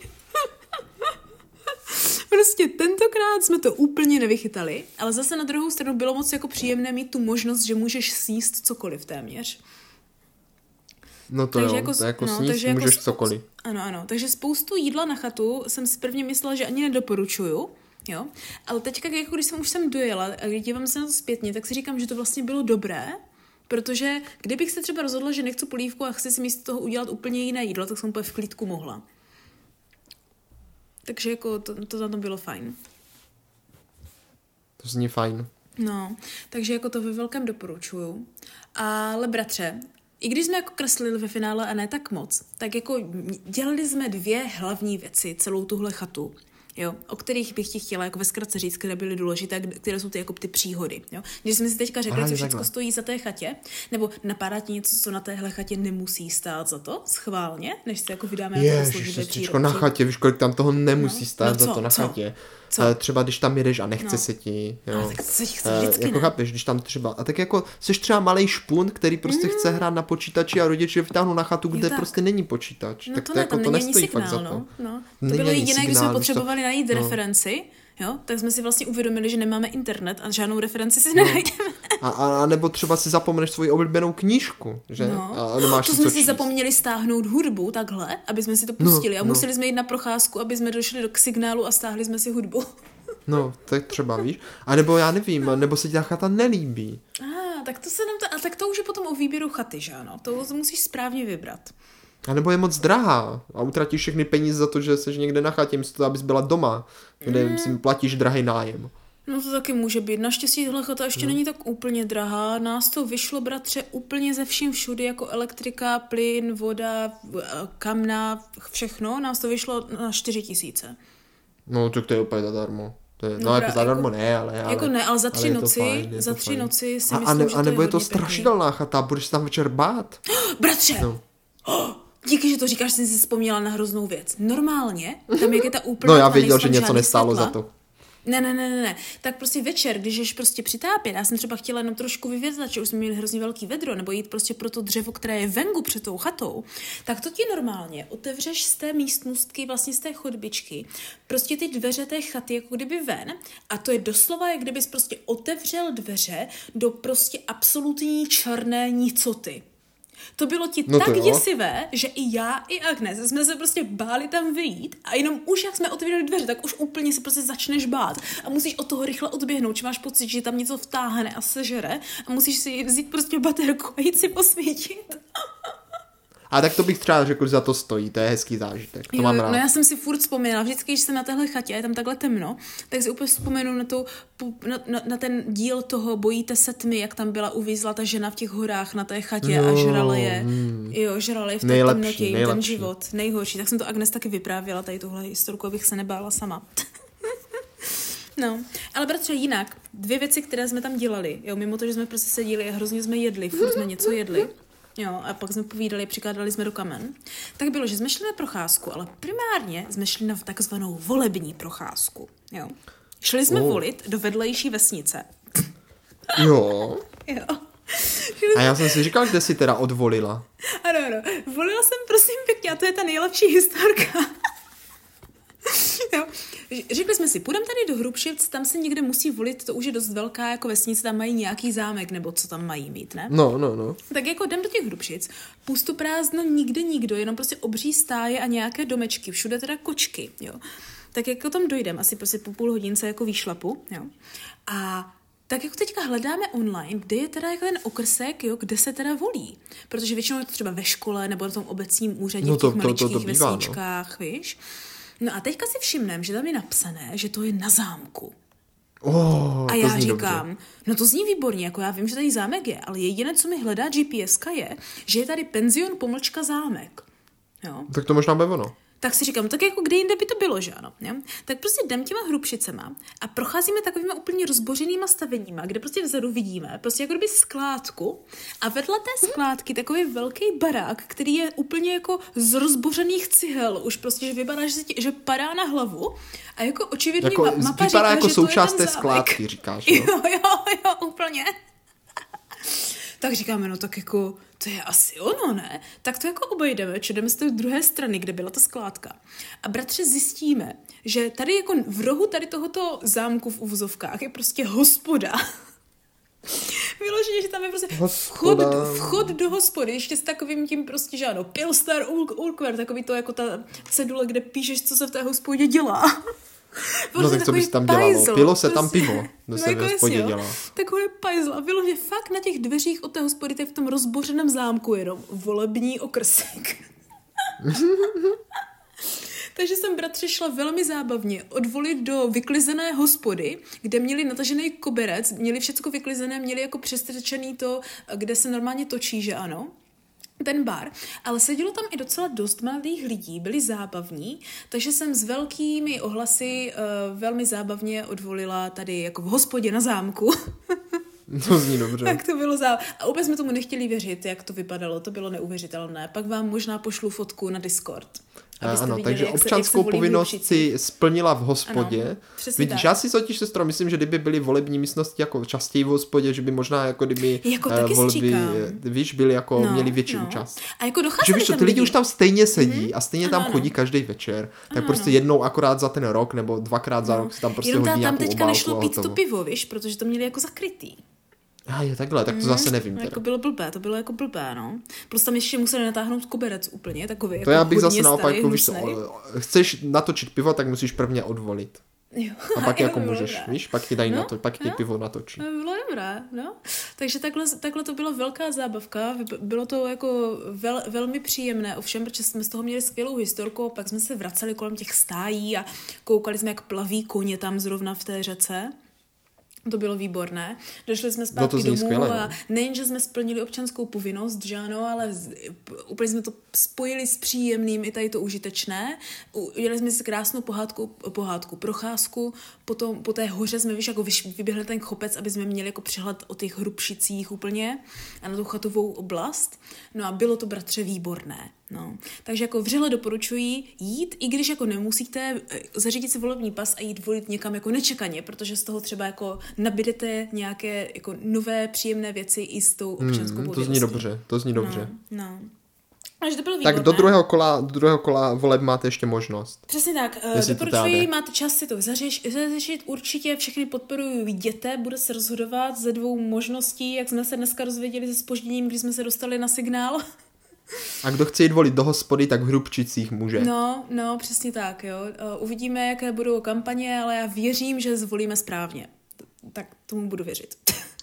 Prostě tentokrát jsme to úplně nevychytali, ale zase na druhou stranu bylo moc jako příjemné mít tu možnost, že můžeš sníst cokoliv téměř. No to takže jo, to jako sníst můžeš cokoliv. Ano, takže spoustu jídla na chatu jsem si prvně myslela, že ani nedoporučuju, jo, ale teďka, jako když jsem už sem dojela a když dívám se na to zpětně, tak si říkám, že to vlastně bylo dobré, protože kdybych se třeba rozhodla, že nechci polívku a chci si místo toho udělat úplně jiné jídlo, tak jsem úplně v klidku mohla. Takže jako to na tom bylo fajn. To zní fajn. No, takže jako to ve velkém doporučuju. Ale bratře, i když jsme jako kreslili ve finále a ne tak moc, tak jako dělali jsme 2 hlavní věci, celou tuhle chatu. Jo, o kterých bych ti chtěla jako ve zkratce říct, které byly důležité, které jsou ty příhody. Jo? Když jsme si teďka řekli, co všechno stojí za té chatě, nebo napadá ti něco, co na téhle chatě nemusí stát za to, schválně, než se jako vydáme na to složité přírodky. Na chatě, víš, kolik tam toho nemusí stát za to na chatě. Co? Třeba když tam jedeš a nechce se ti, jo. Tak se chce vždycky, jako chápeš, když tam třeba, a tak jako seš třeba malej špun, který prostě chce hrát na počítači a rodiče vytáhnou na chatu, kde prostě není počítač. No tak to jako to nestojí signál, fakt za to. No. To bylo jediné, když jsme potřebovali najít referenci, jo, tak jsme si vlastně uvědomili, že nemáme internet a žádnou referenci si nenajdeme. A nebo třeba si zapomeneš svoji oblíbenou knížku, že? No. A nemáš to jsme si zapomněli stáhnout hudbu takhle, aby jsme si to pustili a museli jsme jít na procházku, aby jsme došli k signálu a stáhli jsme si hudbu. No, tak třeba víš. A nebo já nevím, nebo se ti ta chata nelíbí. Tak to už je potom o výběru chaty, že ano? To musíš správně vybrat. A nebo je moc drahá a utratíš všechny peníze za to, že jsi někde na chatě, místo toho, abys byla doma, kde si platíš drahý nájem. No to taky může být. Naštěstí tohle chata ještě není tak úplně drahá. Nás to vyšlo, bratře, úplně ze vším všudy, jako elektrika, plyn, voda, kamna, všechno. Nás to vyšlo na 4 000. No, tak to je úplně zadarmo. Jako zadarmo ne, ale... Jako ne, ale za 3 noci, za 3 noci si myslím, že to je. A nebo je to strašidelná chata, budeš tam večer bát. Bratře! No. Díky, že to říkáš, jsem si vzpomněla na hroznou věc. Normálně, tam jak je ta úplná... No já věděl, že něco nestálo za to. Ne. Tak prostě večer, když jdeš prostě přitápět, já jsem třeba chtěla jenom trošku vyvězat, že už jsme měli hrozně velký vedro, nebo jít prostě pro to dřevo, které je venku před tou chatou, tak to ti normálně otevřeš z té místnostky, vlastně z té chodbičky, prostě ty dveře té chaty jako kdyby ven a to je doslova, jak kdybys prostě otevřel dveře do prostě absolutní černé nicoty. To bylo ti tak děsivé, že i já, i Agnes jsme se prostě báli tam vyjít a jenom už jak jsme otevřeli dveře, tak už úplně se prostě začneš bát a musíš od toho rychle odběhnout, či máš pocit, že tam něco vtáhne a sežere a musíš si vzít prostě baterku a jít si posvítit. A tak to bych třeba řekl, že za to stojí, to je hezký zážitek, to mám rád. No já jsem si furt vzpomněla, vždycky, když jsem na téhle chatě a je tam takhle temno, tak si úplně vzpomenu na ten díl toho Bojíte se tmy, jak tam byla uvízla ta žena v těch horách na té chatě a žrala je. Jo, žrala je v té temnotě, ten život, nejhorší. Tak jsem to Agnes taky vyprávěla, tady tuhle historku, abych se nebála sama. No, ale bratře, jinak, 2 věci, které jsme tam dělali, jo, mimo to, že jsme prostě seděli a hrozně jsme jedli, furt jsme něco jedli, jo, a pak jsme povídali, přikládali jsme do kamen, tak bylo, že jsme šli na procházku, ale primárně jsme šli na takzvanou volební procházku, jo. Šli jsme volit do vedlejší vesnice. Jo. Jo. A já jsem si říkal, kde jsi teda odvolila. Ano. Volila jsem, prosím pěkně, a to je ta nejlepší historka. Jo. Řekli jsme si, půjdeme tady do Hrubšic, tam se někde musí volit, to už je dost velká jako vesnice, tam mají nějaký zámek, nebo co tam mají mít, ne? No. Tak jako jdem do těch Hrubšic, pustoprázdno, nikde nikdo, jenom prostě obří stáje a nějaké domečky, všude teda kočky, jo. Tak jako tam dojdem, asi prostě po půl hodince jako výšlapu, jo. A tak jako teďka hledáme online, kde je teda jako ten okrsek, jo, kde se teda volí. Protože většinou je to třeba ve škole nebo na tom obecním úřadě, v těch maličkých vesničkách, víš. No a teďka si všimnem, že tam je napsané, že to je na zámku. A já říkám, dobře. No to zní výborně, jako já vím, že tady zámek je, ale jediné, co mi hledá GPSka je, že je tady penzion / zámek. Jo. Tak to možná bude ono. Tak si říkám, tak jako kde jinde by to bylo, že ano? Jo? Tak prostě jdem těma Hrubšicema a procházíme takovýma úplně rozbořenýma staveníma, kde prostě vzadu vidíme prostě jako kdyby skládku a vedle té skládky takový velký barák, který je úplně jako z rozbořených cihel, už prostě, že vypadá, že padá na hlavu a jako očividně jako, mapa vypadá říká, jako že součást to je té skládky, říkáš, no? Jo, úplně. Tak říkáme, no tak jako, to je asi ono, ne? Tak to jako obejdeme, či jdeme z té druhé strany, kde byla ta skládka. A bratře zjistíme, že tady jako v rohu tady tohoto zámku v uvozovkách je prostě hospoda. Vyloženě, že tam je prostě vchod do hospody, ještě s takovým tím prostě, že ano, Pilsner Ulkver, takový to jako ta cedule, kde píšeš, co se v té hospodě dělá. No tak co bys tam dělalo? Pilo se tam pivo, kdo se v hospodě dělá. Takový pajzl. A bylo, že fakt na těch dveřích od té hospody, v tom rozbořeném zámku jenom volební okrsek. Takže jsem bratře šla velmi zábavně odvolit do vyklizené hospody, kde měli natažený koberec, měli všecko vyklizené, měli jako přestrčený to, kde se normálně točí, že ano. Ten bar, ale sedělo tam i docela dost mladých lidí, byli zábavní, takže jsem s velkými ohlasy velmi zábavně odvolila tady jako v hospodě na zámku. To zní dobře. Tak to bylo a vůbec jsme tomu nechtěli věřit, jak to vypadalo, to bylo neuvěřitelné. Pak vám možná pošlu fotku na Discord. Ano, viděli, takže občanskou povinnost si splnila v hospodě. Ano, vidíš, já si totiž, sestro, myslím, že kdyby byly volební místnosti jako častěji v hospodě, že by možná jako kdyby jako volby, víš, byly jako měli větší účast. A jako že víš, ty lidi už tam stejně sedí a stejně tam chodí každý večer. Tak prostě jednou akorát za ten rok nebo 2krát za rok si tam prostě hodí nějakou obálku. Jenom tam teďka nešlo pít to pivo, víš, protože to měli jako zakrytý. Je takhle, tak to zase nevím. Teda. Jako to bylo jako blbé, no. Plus tam ještě museli natáhnout koberec úplně, takový. To jako já bych zase starý, naopak, chceš natočit pivo, tak musíš prvně odvolit. Jo. A pak jako můžeš, víš, pak ti dají pak ti pivo natočí. To bylo dobré, no. Takže takhle to byla velká zábavka, bylo to jako velmi příjemné, ovšem, protože jsme z toho měli skvělou historku, pak jsme se vraceli kolem těch stájí a koukali jsme, jak plaví koně tam zrovna v té řece. To bylo výborné. Došli jsme zpátky domů skvěle, a nejenže jsme splnili občanskou povinnost, že ano, ale úplně jsme to spojili s příjemným, i tady to užitečné. Udělali jsme si krásnou procházku, potom po té hoře jsme jako vyběhli ten kopec, aby jsme měli jako přehled o těch hrubšicích úplně a na tu chatovou oblast. No a bylo to, bratře, výborné. No. Takže jako vřele doporučuji jít, i když jako nemusíte zařídit si volební pas a jít volit někam jako nečekaně, protože z toho třeba jako nabídete nějaké jako nové příjemné věci i s tou občanskou povinností. To zní dobře. No. Takže to bylo výborné. Tak do druhého kola voleb máte ještě možnost. Přesně tak. Doporučuji, máte čas si to zařešit. Určitě všechny podporuji, jděte, bude se rozhodovat ze 2 možností, jak jsme se dneska dozvěděli se zpožděním, když jsme se dostali na signál. A kdo chce jít volit do hospody, tak v Hrubčicích může. No, přesně tak, jo. Uvidíme, jaké budou kampaně, ale já věřím, že zvolíme správně. Tak tomu budu věřit.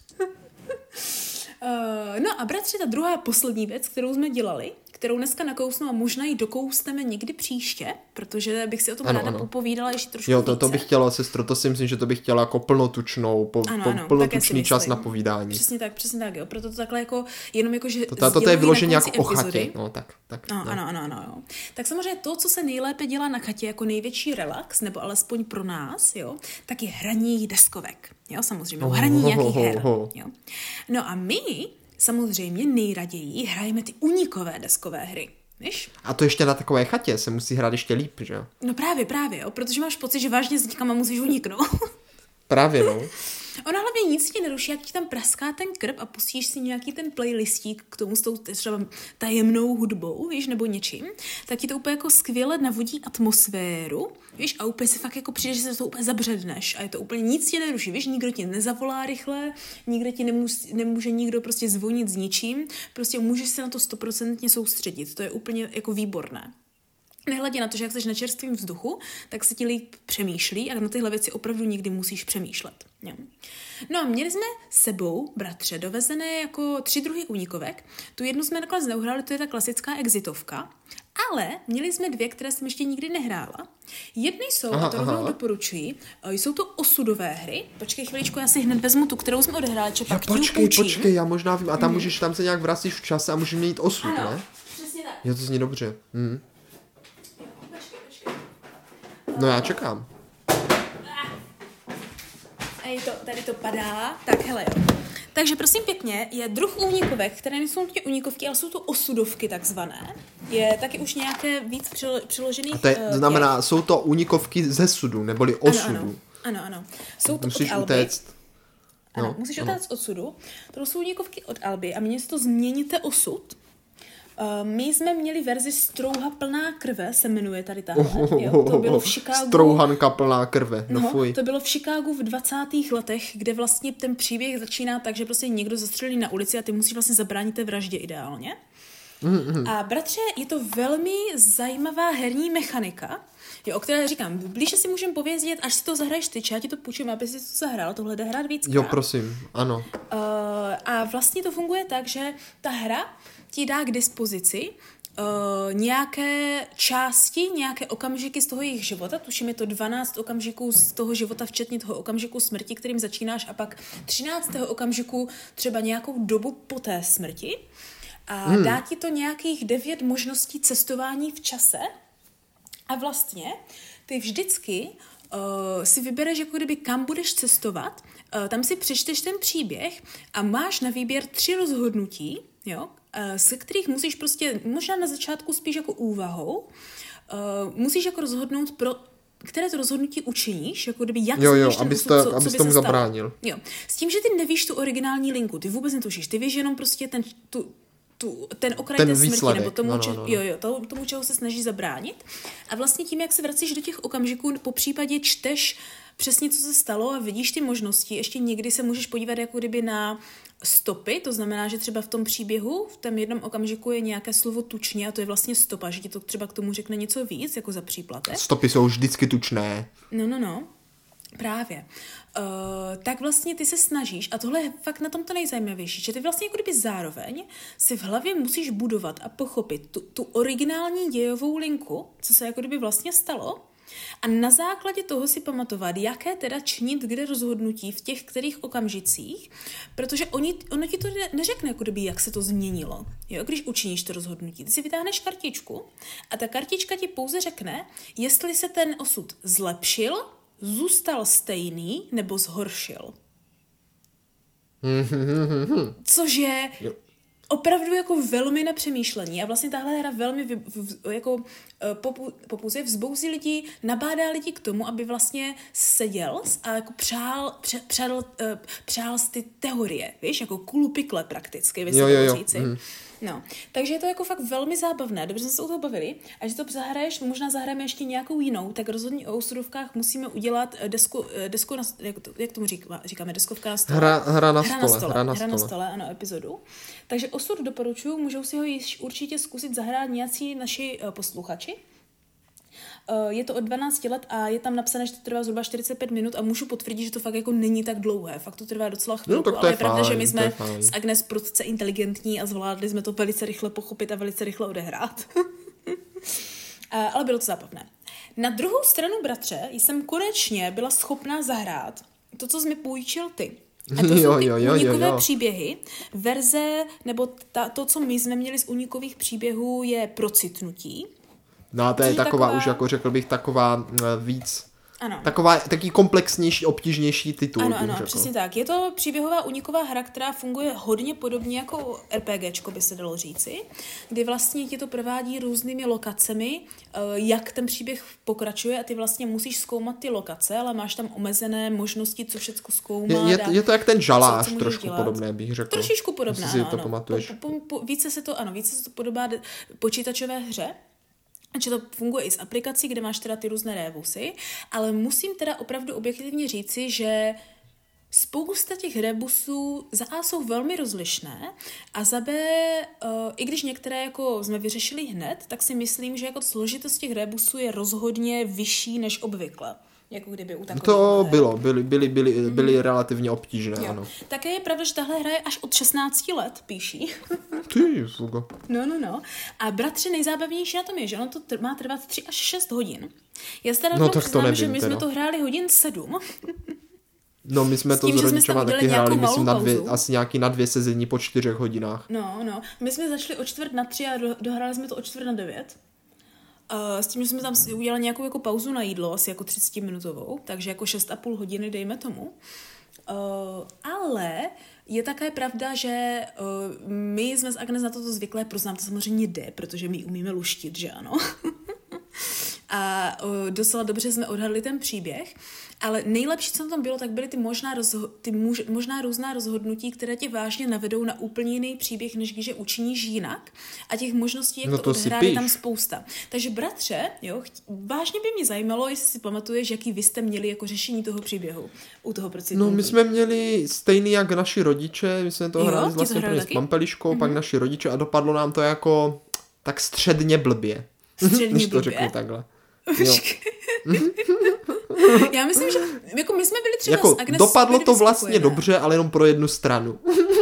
No a bratři, ta druhá poslední věc, kterou jsme dělali, kterou dneska nakousnu a možná ji dokousneme někdy příště, protože bych si o tom ráda popovídala ještě trošku více. To bych chtěla, sestro, to si myslím, že to bych chtěla jako plnotučnou, plnotučný čas na povídání. Přesně tak, jo. Proto to takhle jako, jenom jako, že to je vyloženě jako o chatě. No, tak. Ano. Tak samozřejmě to, co se nejlépe dělá na chatě jako největší relax, nebo alespoň pro nás, jo, tak je hraní deskovek. Jo, samozřejmě, hraní nějakých her. Jo. No a my samozřejmě nejraději hrajeme ty únikové deskové hry, víš? A to ještě na takové chatě se musí hrát ještě líp, že jo? No právě, jo, protože máš pocit, že vážně s někam musíš uniknout. Právě, no. Ona hlavně nic ti neruší, jak ti tam praská ten krb a pustíš si nějaký ten playlistík k tomu s tou třeba tajemnou hudbou, víš, nebo něčím, tak ti to úplně jako skvěle navodí atmosféru, víš, a úplně si fakt jako přijde, že se to úplně zabředneš a je to úplně nic ti neruší, víš, nikdo ti nezavolá rychle, nikdo ti nemůže nikdo prostě zvonit s ničím, prostě můžeš se na to 100% soustředit, to je úplně jako výborné. Nehledě na to, že jak jsi na čerstvém vzduchu, tak se ti líp přemýšlí a na tyhle věci opravdu nikdy musíš přemýšlet. Jo. No a měli jsme sebou, bratře, dovezené jako 3 druhy únikovek. Tu jednu jsme nakonec neuhráli, to je ta klasická exitovka, ale měli jsme 2, které jsem ještě nikdy nehrála. Jedny jsou, a to rovnou doporučuji, jsou to osudové hry. Počkej chviličku, já si hned vezmu tu, kterou jsme odehráli, či pak počkej, já možná vím, a tam se nějak vracíš v čase a můžeš mít osud, ano, ne? Přesně tak. Jo, to zní dobře. No já čekám. A tady to padá. Tak hele jo. Takže prosím pěkně, je druh únikovek, které nejsou nutně únikovky, ale jsou to osudovky takzvané. Je taky už nějaké víc přiložených. A to znamená, jsou to únikovky ze sudu, neboli osudu. Ano. Jsou to musíš od Alby. Utéct. Ano, musíš utéct od sudu. To jsou únikovky od Alby a měli to Změníte osud. My jsme měli verzi Strouha plná krve, se jmenuje tady tahle. To bylo v Chicagu. Strouhanka plná krve, no fuj. To bylo v Chicagu v 20. letech, kde vlastně ten příběh začíná tak, že prostě někdo zastřelí na ulici a ty musíš vlastně zabránit té vraždě ideálně. A bratře, je to velmi zajímavá herní mechanika, o které říkám, blíže si můžeme povědět, až si to zahraješ ty, já ti to půjčím, aby si to zahrál, tohle jde hrát víckrát. Jo, prosím, ano. A vlastně to funguje tak, že ta hra ti dá k dispozici nějaké části, nějaké okamžiky z toho jejich života, tuším je to 12 okamžiků z toho života, včetně toho okamžiku smrti, kterým začínáš, a pak 13. okamžiku třeba nějakou dobu po té smrti. A dá ti to nějakých 9 možností cestování v čase a vlastně ty vždycky si vybereš, jako kdyby kam budeš cestovat, tam si přečteš ten příběh a máš na výběr 3 rozhodnutí, jo, ze kterých musíš prostě, možná na začátku spíš jako úvahou, musíš jako rozhodnout, které to rozhodnutí učiníš, jako kdyby jak abys tomu zabránil. Jo. S tím, že ty nevíš tu originální linku, ty vůbec netušíš, ty víš jenom prostě ten okraj té smrti, nebo tomu, čeho se snaží zabránit. A vlastně tím, jak se vracíš do těch okamžiků, po případě čteš přesně, co se stalo a vidíš ty možnosti, ještě někdy se můžeš podívat jako kdyby na stopy, to znamená, že třeba v tom příběhu, v tom jednom okamžiku je nějaké slovo tučně a to je vlastně stopa, že ti to třeba k tomu řekne něco víc, jako za příplatek. Stopy jsou vždycky tučné. No. Právě. Tak vlastně ty se snažíš, a tohle je fakt na tom to nejzajímavější, že ty vlastně jako kdyby zároveň si v hlavě musíš budovat a pochopit tu originální dějovou linku, co se jako kdyby vlastně stalo, a na základě toho si pamatovat, jaké teda činit kde rozhodnutí v těch kterých okamžicích, protože ono ti to neřekne, jako kdyby, jak se to změnilo. Jo, když učiníš to rozhodnutí. Ty si vytáhneš kartičku a ta kartička ti pouze řekne, jestli se ten osud zlepšil, zůstal stejný nebo zhoršil. Což je opravdu jako velmi na přemýšlení a vlastně tahle hra velmi popuzuje, vzbouzí lidi, nabádá lidi k tomu, aby vlastně seděl a jako přál ty teorie, víš, jako kulu pikle prakticky, by se dalo říci. No, takže je to jako fakt velmi zábavné, dobře jsme se o toho bavili a že to zahraješ, možná zahrajeme ještě nějakou jinou, tak rozhodně o osudovkách musíme udělat desku jak tomu říkáme, deskovka na stole. Hra na stole, ano, epizodu. Takže osud doporučuji, můžou si ho již určitě zkusit zahrát nějací naši posluchači. Je to od 12 let a je tam napsané, že to trvá zhruba 45 minut a můžu potvrdit, že to fakt jako není tak dlouhé. Fakt to trvá docela chvilku, ale je pravda, že my jsme s Agnes prudce inteligentní a zvládli jsme to velice rychle pochopit a velice rychle odehrát. Ale bylo to zábavné. Na druhou stranu, bratře, jsem konečně byla schopná zahrát to, co jsi mi půjčil ty. A to jsou ty únikové příběhy. Verze, nebo to, co my jsme měli z únikových příběhů, je Procitnutí. No, to je taková už, jako řekl bych, taková víc... Ano. Taký komplexnější, obtížnější titul. Ano, přesně tak. Je to příběhová uniková hra, která funguje hodně podobně jako RPGčko, by se dalo říci, kdy vlastně ti to provádí různými lokacemi, jak ten příběh pokračuje a ty vlastně musíš zkoumat ty lokace, ale máš tam omezené možnosti, co všecko zkoumat. Je to jak ten žalář, trošku podobné, bych řekl. Trošičku podobné, ano. To pamatuješ. Více se to podobá počítačové hře. Že to funguje i s aplikací, kde máš teda ty různé rebusy, ale musím teda opravdu objektivně říci, že spousta těch rebusů za A jsou velmi rozlišné a za B, i když některé jako jsme vyřešili hned, tak si myslím, že jako složitost těch rebusů je rozhodně vyšší než obvykle. Jako kdyby u takových to byly relativně obtížné, jo. Ano. Také je pravda, že tahle hra je až od 16 let, píší. Ty, fuga. No. A bratře, nejzábavnější na tom je, že ono to má trvat 3 až 6 hodin. Já se teda přiznám, že my jsme to hráli hodin 7. No, my jsme to s rodičema taky hráli, myslím, asi nějaký na 2 sezení po 4 hodinách. No. My jsme začali o 8:45 a dohráli jsme to o 8:45. S tím, že jsme tam si udělali nějakou jako pauzu na jídlo, asi jako 30-minutovou, takže jako 6,5 hodiny, dejme tomu. Ale je také pravda, že my jsme s Agnes na toto zvyklé, protože nám to samozřejmě jde, protože my umíme luštit, že ano. A docela dobře jsme odhadli ten příběh, ale nejlepší, co na tom bylo, tak byly ty možná různá rozhodnutí, které tě vážně navedou na úplně jiný příběh, než když je učiníš jinak. A těch možností, jak to odehrát, je tam spousta. Takže bratře, jo, vážně by mě zajímalo, jestli si pamatuješ, jaký vy jste měli jako řešení toho příběhu u toho Procitnutí. No, my jsme měli stejný jak naši rodiče, my jsme to hráli vlastně prvně s Pampeliškou, pak naši rodiče a dopadlo nám to jako tak středně blbě. Když to řeknu takhle. Já myslím, že jako my jsme byli třeba jako s Agnes. Dopadlo to vlastně dobře, ale jenom pro jednu stranu.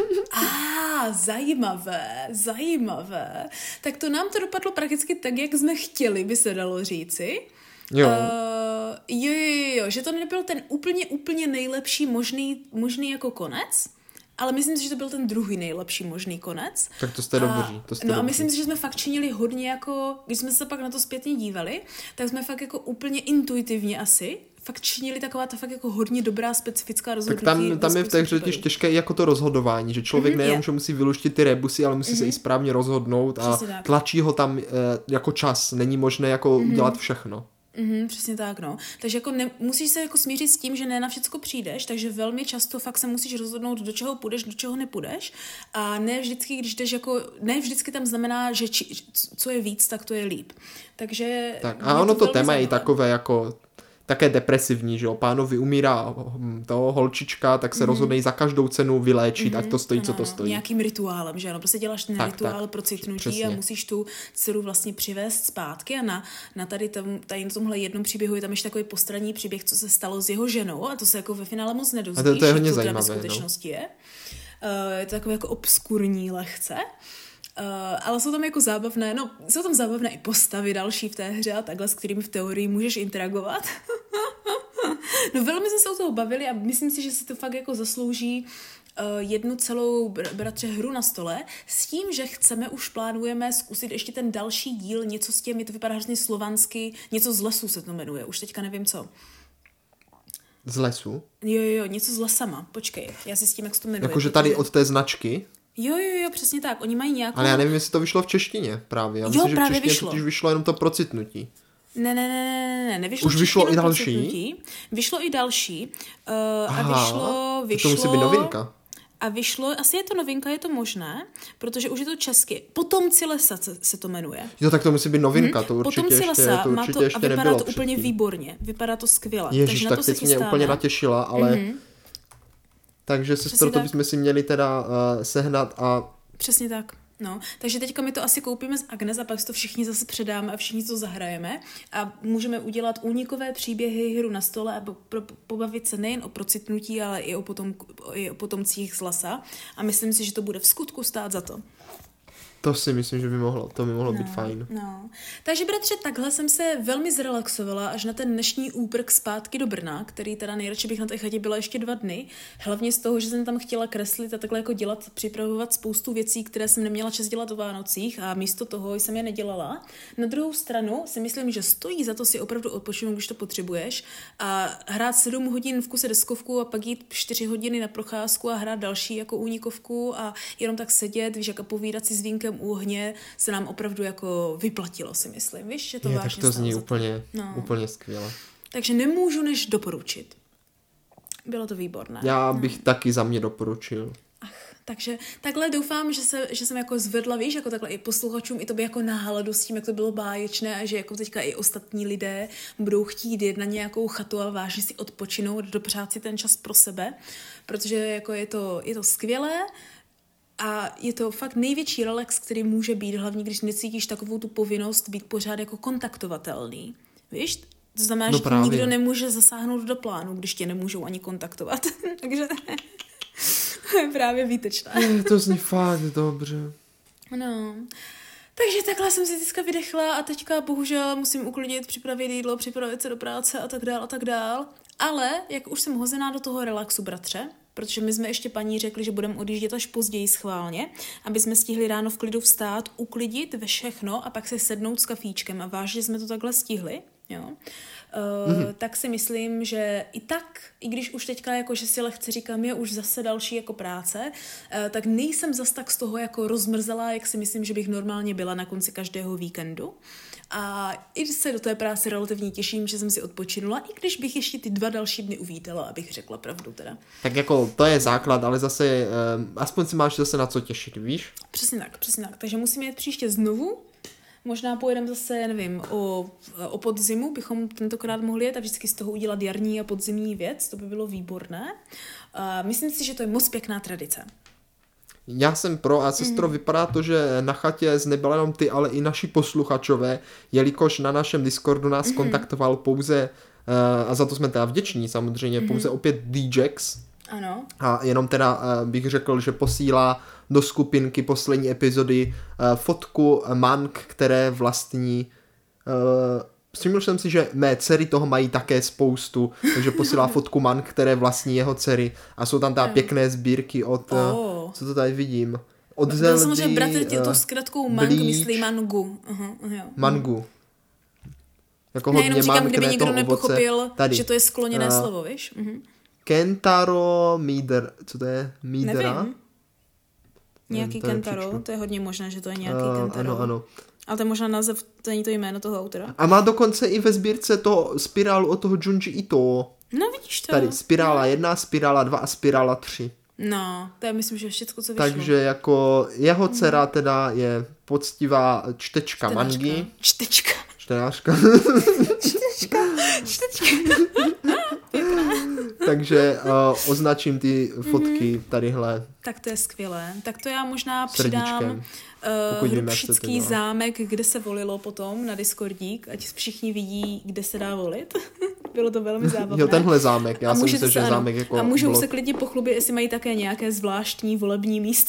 Zajímavé. Tak to nám to dopadlo prakticky tak, jak jsme chtěli, by se dalo říci. Jo, že to nebyl ten úplně nejlepší možný jako konec, ale myslím si, že to byl ten druhý nejlepší možný konec. Tak to jste dobří. A myslím si, že jsme fakt činili hodně jako, když jsme se pak na to zpětně dívali, tak jsme fakt jako úplně intuitivně asi fakt činili taková ta fakt jako hodně dobrá specifická rozhodnutí. Tak tam je v té hře těžké jako to rozhodování, že člověk nejenom, že musí vyluštit ty rebusy, ale musí se i správně rozhodnout a tlačí ho tam jako čas. Není možné jako udělat všechno. Přesně tak, no. Takže jako musíš se jako smířit s tím, že ne na všecko přijdeš, takže velmi často fakt se musíš rozhodnout, do čeho půjdeš, do čeho nepůjdeš. A ne vždycky, když jdeš jako, ne vždycky tam znamená, že co je víc, tak to je líp. Takže... Tak a ono to téma je i takové jako také depresivní, že jo, pánovi umírá toho holčička, tak se rozhodne za každou cenu vyléčit, ať to stojí, co to stojí. Nějakým rituálem, že ano, prostě děláš ten rituál pro citnutí a musíš tu dceru vlastně přivést zpátky a na tady na tomhle jednom příběhu je tam ještě takový postranní příběh, co se stalo s jeho ženou a to se jako ve finále moc nedozvíš. A to je hodně zajímavé, ve skutečnosti je. Je to takové jako obskurní lehce. Ale jsou tam jako zábavné, jsou tam zábavné i postavy další v té hře a takhle, s kterými v teorii můžeš interagovat. Velmi jsme se o toho bavili a myslím si, že si to fakt jako zaslouží jednu celou bratře hru na stole s tím, že už plánujeme zkusit ještě ten další díl, něco s těmi, to vypadá hrozně slovansky, něco z lesu se to jmenuje, už teďka nevím co. Z lesu? Jo, něco s lesama, počkej, já si s tím, jak se to jmenuje. Jakože tady od té značky? Jo, přesně tak. Oni mají nějakou... Ale já nevím, jestli to vyšlo v češtině právě. Já myslím, že v češtině totiž vyšlo jenom to procitnutí. Ne, nevyšlo. Už vyšlo i další? Vyšlo i další. A vyšlo... To musí být novinka. A vyšlo, asi je to novinka, je to možné, protože už je to česky. Potomci lesa se to jmenuje. Jo, tak to musí být novinka, to určitě Potomci ještě, lesa to určitě a ještě vypadá nebylo to úplně výborně. Vypadá to skvěle. Ježiš, tak teď mě úplně natěšila, ale... Takže sestro, to bychom si měli teda sehnat a... Přesně tak. No, takže teďka my to asi koupíme z Agnes a pak to všichni zase předáme a všichni to zahrajeme a můžeme udělat únikové příběhy, hru na stole a pobavit se nejen o procitnutí, ale i o potomcích z lesa a myslím si, že to bude v skutku stát za to. To si myslím, že by mohlo být fajn. No. Takže bratře, takhle jsem se velmi zrelaxovala až na ten dnešní úprk zpátky do Brna, který teda nejradši bych na té chatě byla ještě 2 dny. Hlavně z toho, že jsem tam chtěla kreslit a takhle jako připravovat spoustu věcí, které jsem neměla čas dělat o Vánocích a místo toho jsem je nedělala. Na druhou stranu si myslím, že stojí za to si opravdu odpočinout, když to potřebuješ a hrát 7 hodin v kuse deskovku a pak jít 4 hodiny na procházku a hrát další jako únikovku a jenom tak sedět, víš, jako povídat si s vínkem u ohně se nám opravdu jako vyplatilo, si myslím. Víš, že to vážně tak to zní úplně skvěle. Takže nemůžu než doporučit. Bylo to výborné. Já bych taky za mě doporučil. Takže takhle doufám, že jsem jako zvedla, víš, jako takhle i posluchačům, i tobě jako náladu s tím, jak to bylo báječné a že jako teďka i ostatní lidé budou chtít jít na nějakou chatu a vážně si odpočinout, dopřát si ten čas pro sebe, protože jako je to skvělé. A je to fakt největší relax, který může být, hlavně když necítíš takovou tu povinnost být pořád jako kontaktovatelný. Víš? To znamená, že nikdo nemůže zasáhnout do plánu, když tě nemůžou ani kontaktovat. Takže to je právě výtečné. To zní fakt dobře. No. Takže takhle jsem si teďka vydechla a teďka bohužel musím uklidit, připravit jídlo, připravit se do práce a tak dál. Ale jak už jsem hozená do toho relaxu, bratře, protože my jsme ještě paní řekli, že budeme odjíždět až později schválně, aby jsme stihli ráno v klidu vstát, uklidit ve všechno a pak se sednout s kafíčkem a vážně jsme to takhle stihli, jo. Tak si myslím, že i když už teďka jako, že si lehce říkám, je už zase další jako práce, tak nejsem zas tak z toho jako rozmrzelá, jak si myslím, že bych normálně byla na konci každého víkendu. A i se do té práce relativně těším, že jsem si odpočinula, i když bych ještě ty 2 další dny uvítala, abych řekla pravdu teda. Tak jako to je základ, ale zase aspoň si máš zase na co těšit, víš? Přesně tak. Takže musíme jít příště znovu. Možná pojedeme zase, nevím, o podzimu bychom tentokrát mohli jet a vždycky z toho udělat jarní a podzimní věc, to by bylo výborné. Myslím si, že to je moc pěkná tradice. Já jsem pro a sestro, vypadá to, že na chatě nebyla jenom ty, ale i naši posluchačové, jelikož na našem Discordu nás kontaktoval pouze, a za to jsme teda vděční samozřejmě, pouze opět DJX. Ano. A jenom teda bych řekl, že posílá do skupinky poslední epizody fotku mank, které vlastní. Všiml jsem si, že mé dcery toho mají také spoustu, takže posílá fotku mank, které vlastní jeho dcery a jsou tam teda pěkné sbírky od, co to tady vidím, od Zeldy, samozřejmě bratr tě to s kratkou mank myslí mangu. Mangu. Jako ne, jenom říkám, kdyby nikdo nepochopil, tady. Že to je skloněné slovo, víš? Kentaro Mider, co to je? Midera? Nevím. Nějaký Kentaro, to je hodně možné, že to je nějaký Kentaro. Ano. Ale to je možná název, to není to jméno toho autora. A má dokonce i ve sbírce to spirálu od toho Junji Ito. No vidíš to. Tady spirála 1, spirála 2 a spirála 3. No, to je myslím, že všechno, co vyšlo. Takže jako jeho dcera teda je poctivá čtečka mangy. Čtenářka. Takže označím ty fotky tadyhle. Tak to je skvělé. Tak to já možná přidám Hrubšický zámek, kde se volilo potom na Discordík, ať všichni vidí, kde se dá volit. Bylo to velmi zábavné. Jo, tenhle zámek. Já jsem myslel, že zámek jako... A můžou se klidně pochlubit, jestli mají také nějaké zvláštní volební místo.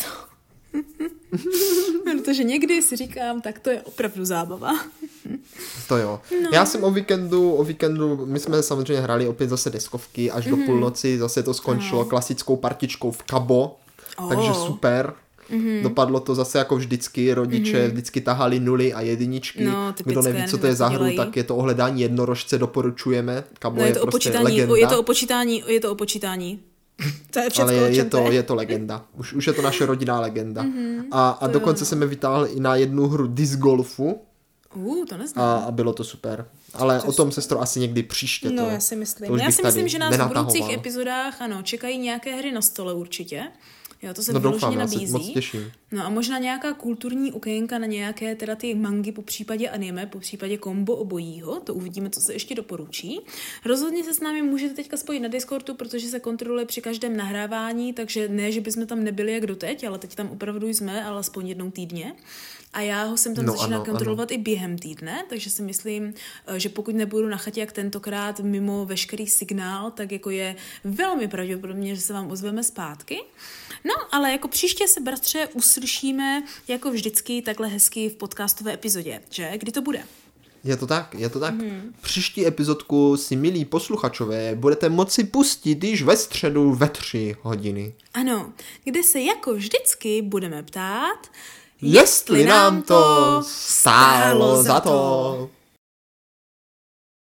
Protože někdy si říkám, tak to je opravdu zábava. To jo. No. Já jsem o víkendu, my jsme samozřejmě hráli opět zase deskovky až do půlnoci, zase to skončilo klasickou partičkou v Cabo, takže super. Dopadlo to zase jako vždycky, rodiče vždycky tahali 0 a 1. No, kdo neví, co to je za hru, tak je to o hledání jednorožce, doporučujeme. Cabo je prostě legenda. Je to o počítání. To je všechno, ale je to legenda. Už je to naše rodinná legenda. A dokonce jsem je vytáhl i na jednu hru disc golfu. To neznám. A bylo to super. Ale o tom, sestro, asi někdy příště. No, já si myslím, že nás v budoucích epizodách čekají nějaké hry na stole určitě. Jo, to se vyloženě nabízí. Já se moc těším. No a možná nějaká kulturní okénka na nějaké teda ty mangy, po případě anime, po případě kombo obojího, to uvidíme, co se ještě doporučí. Rozhodně se s námi můžete teďka spojit na Discordu, protože se kontroluje při každém nahrávání, takže ne, že bychom tam nebyli jak doteď, ale teď tam opravdu jsme, alespoň jednou týdně. A já ho jsem tam začala kontrolovat i během týdne, takže si myslím, že pokud nebudu na chatě jak tentokrát mimo veškerý signál, tak jako je velmi pravděpodobně, že se vám ozveme zpátky. No, ale jako příště se, bratře, uslyšíme jako vždycky takhle hezky v podcastové epizodě, že? Kdy to bude? Je to tak. Příští epizodku si, milí posluchačové, budete moci pustit již ve středu ve 3 hodiny. Ano, kde se jako vždycky budeme ptát, jestli nám to stálo za to.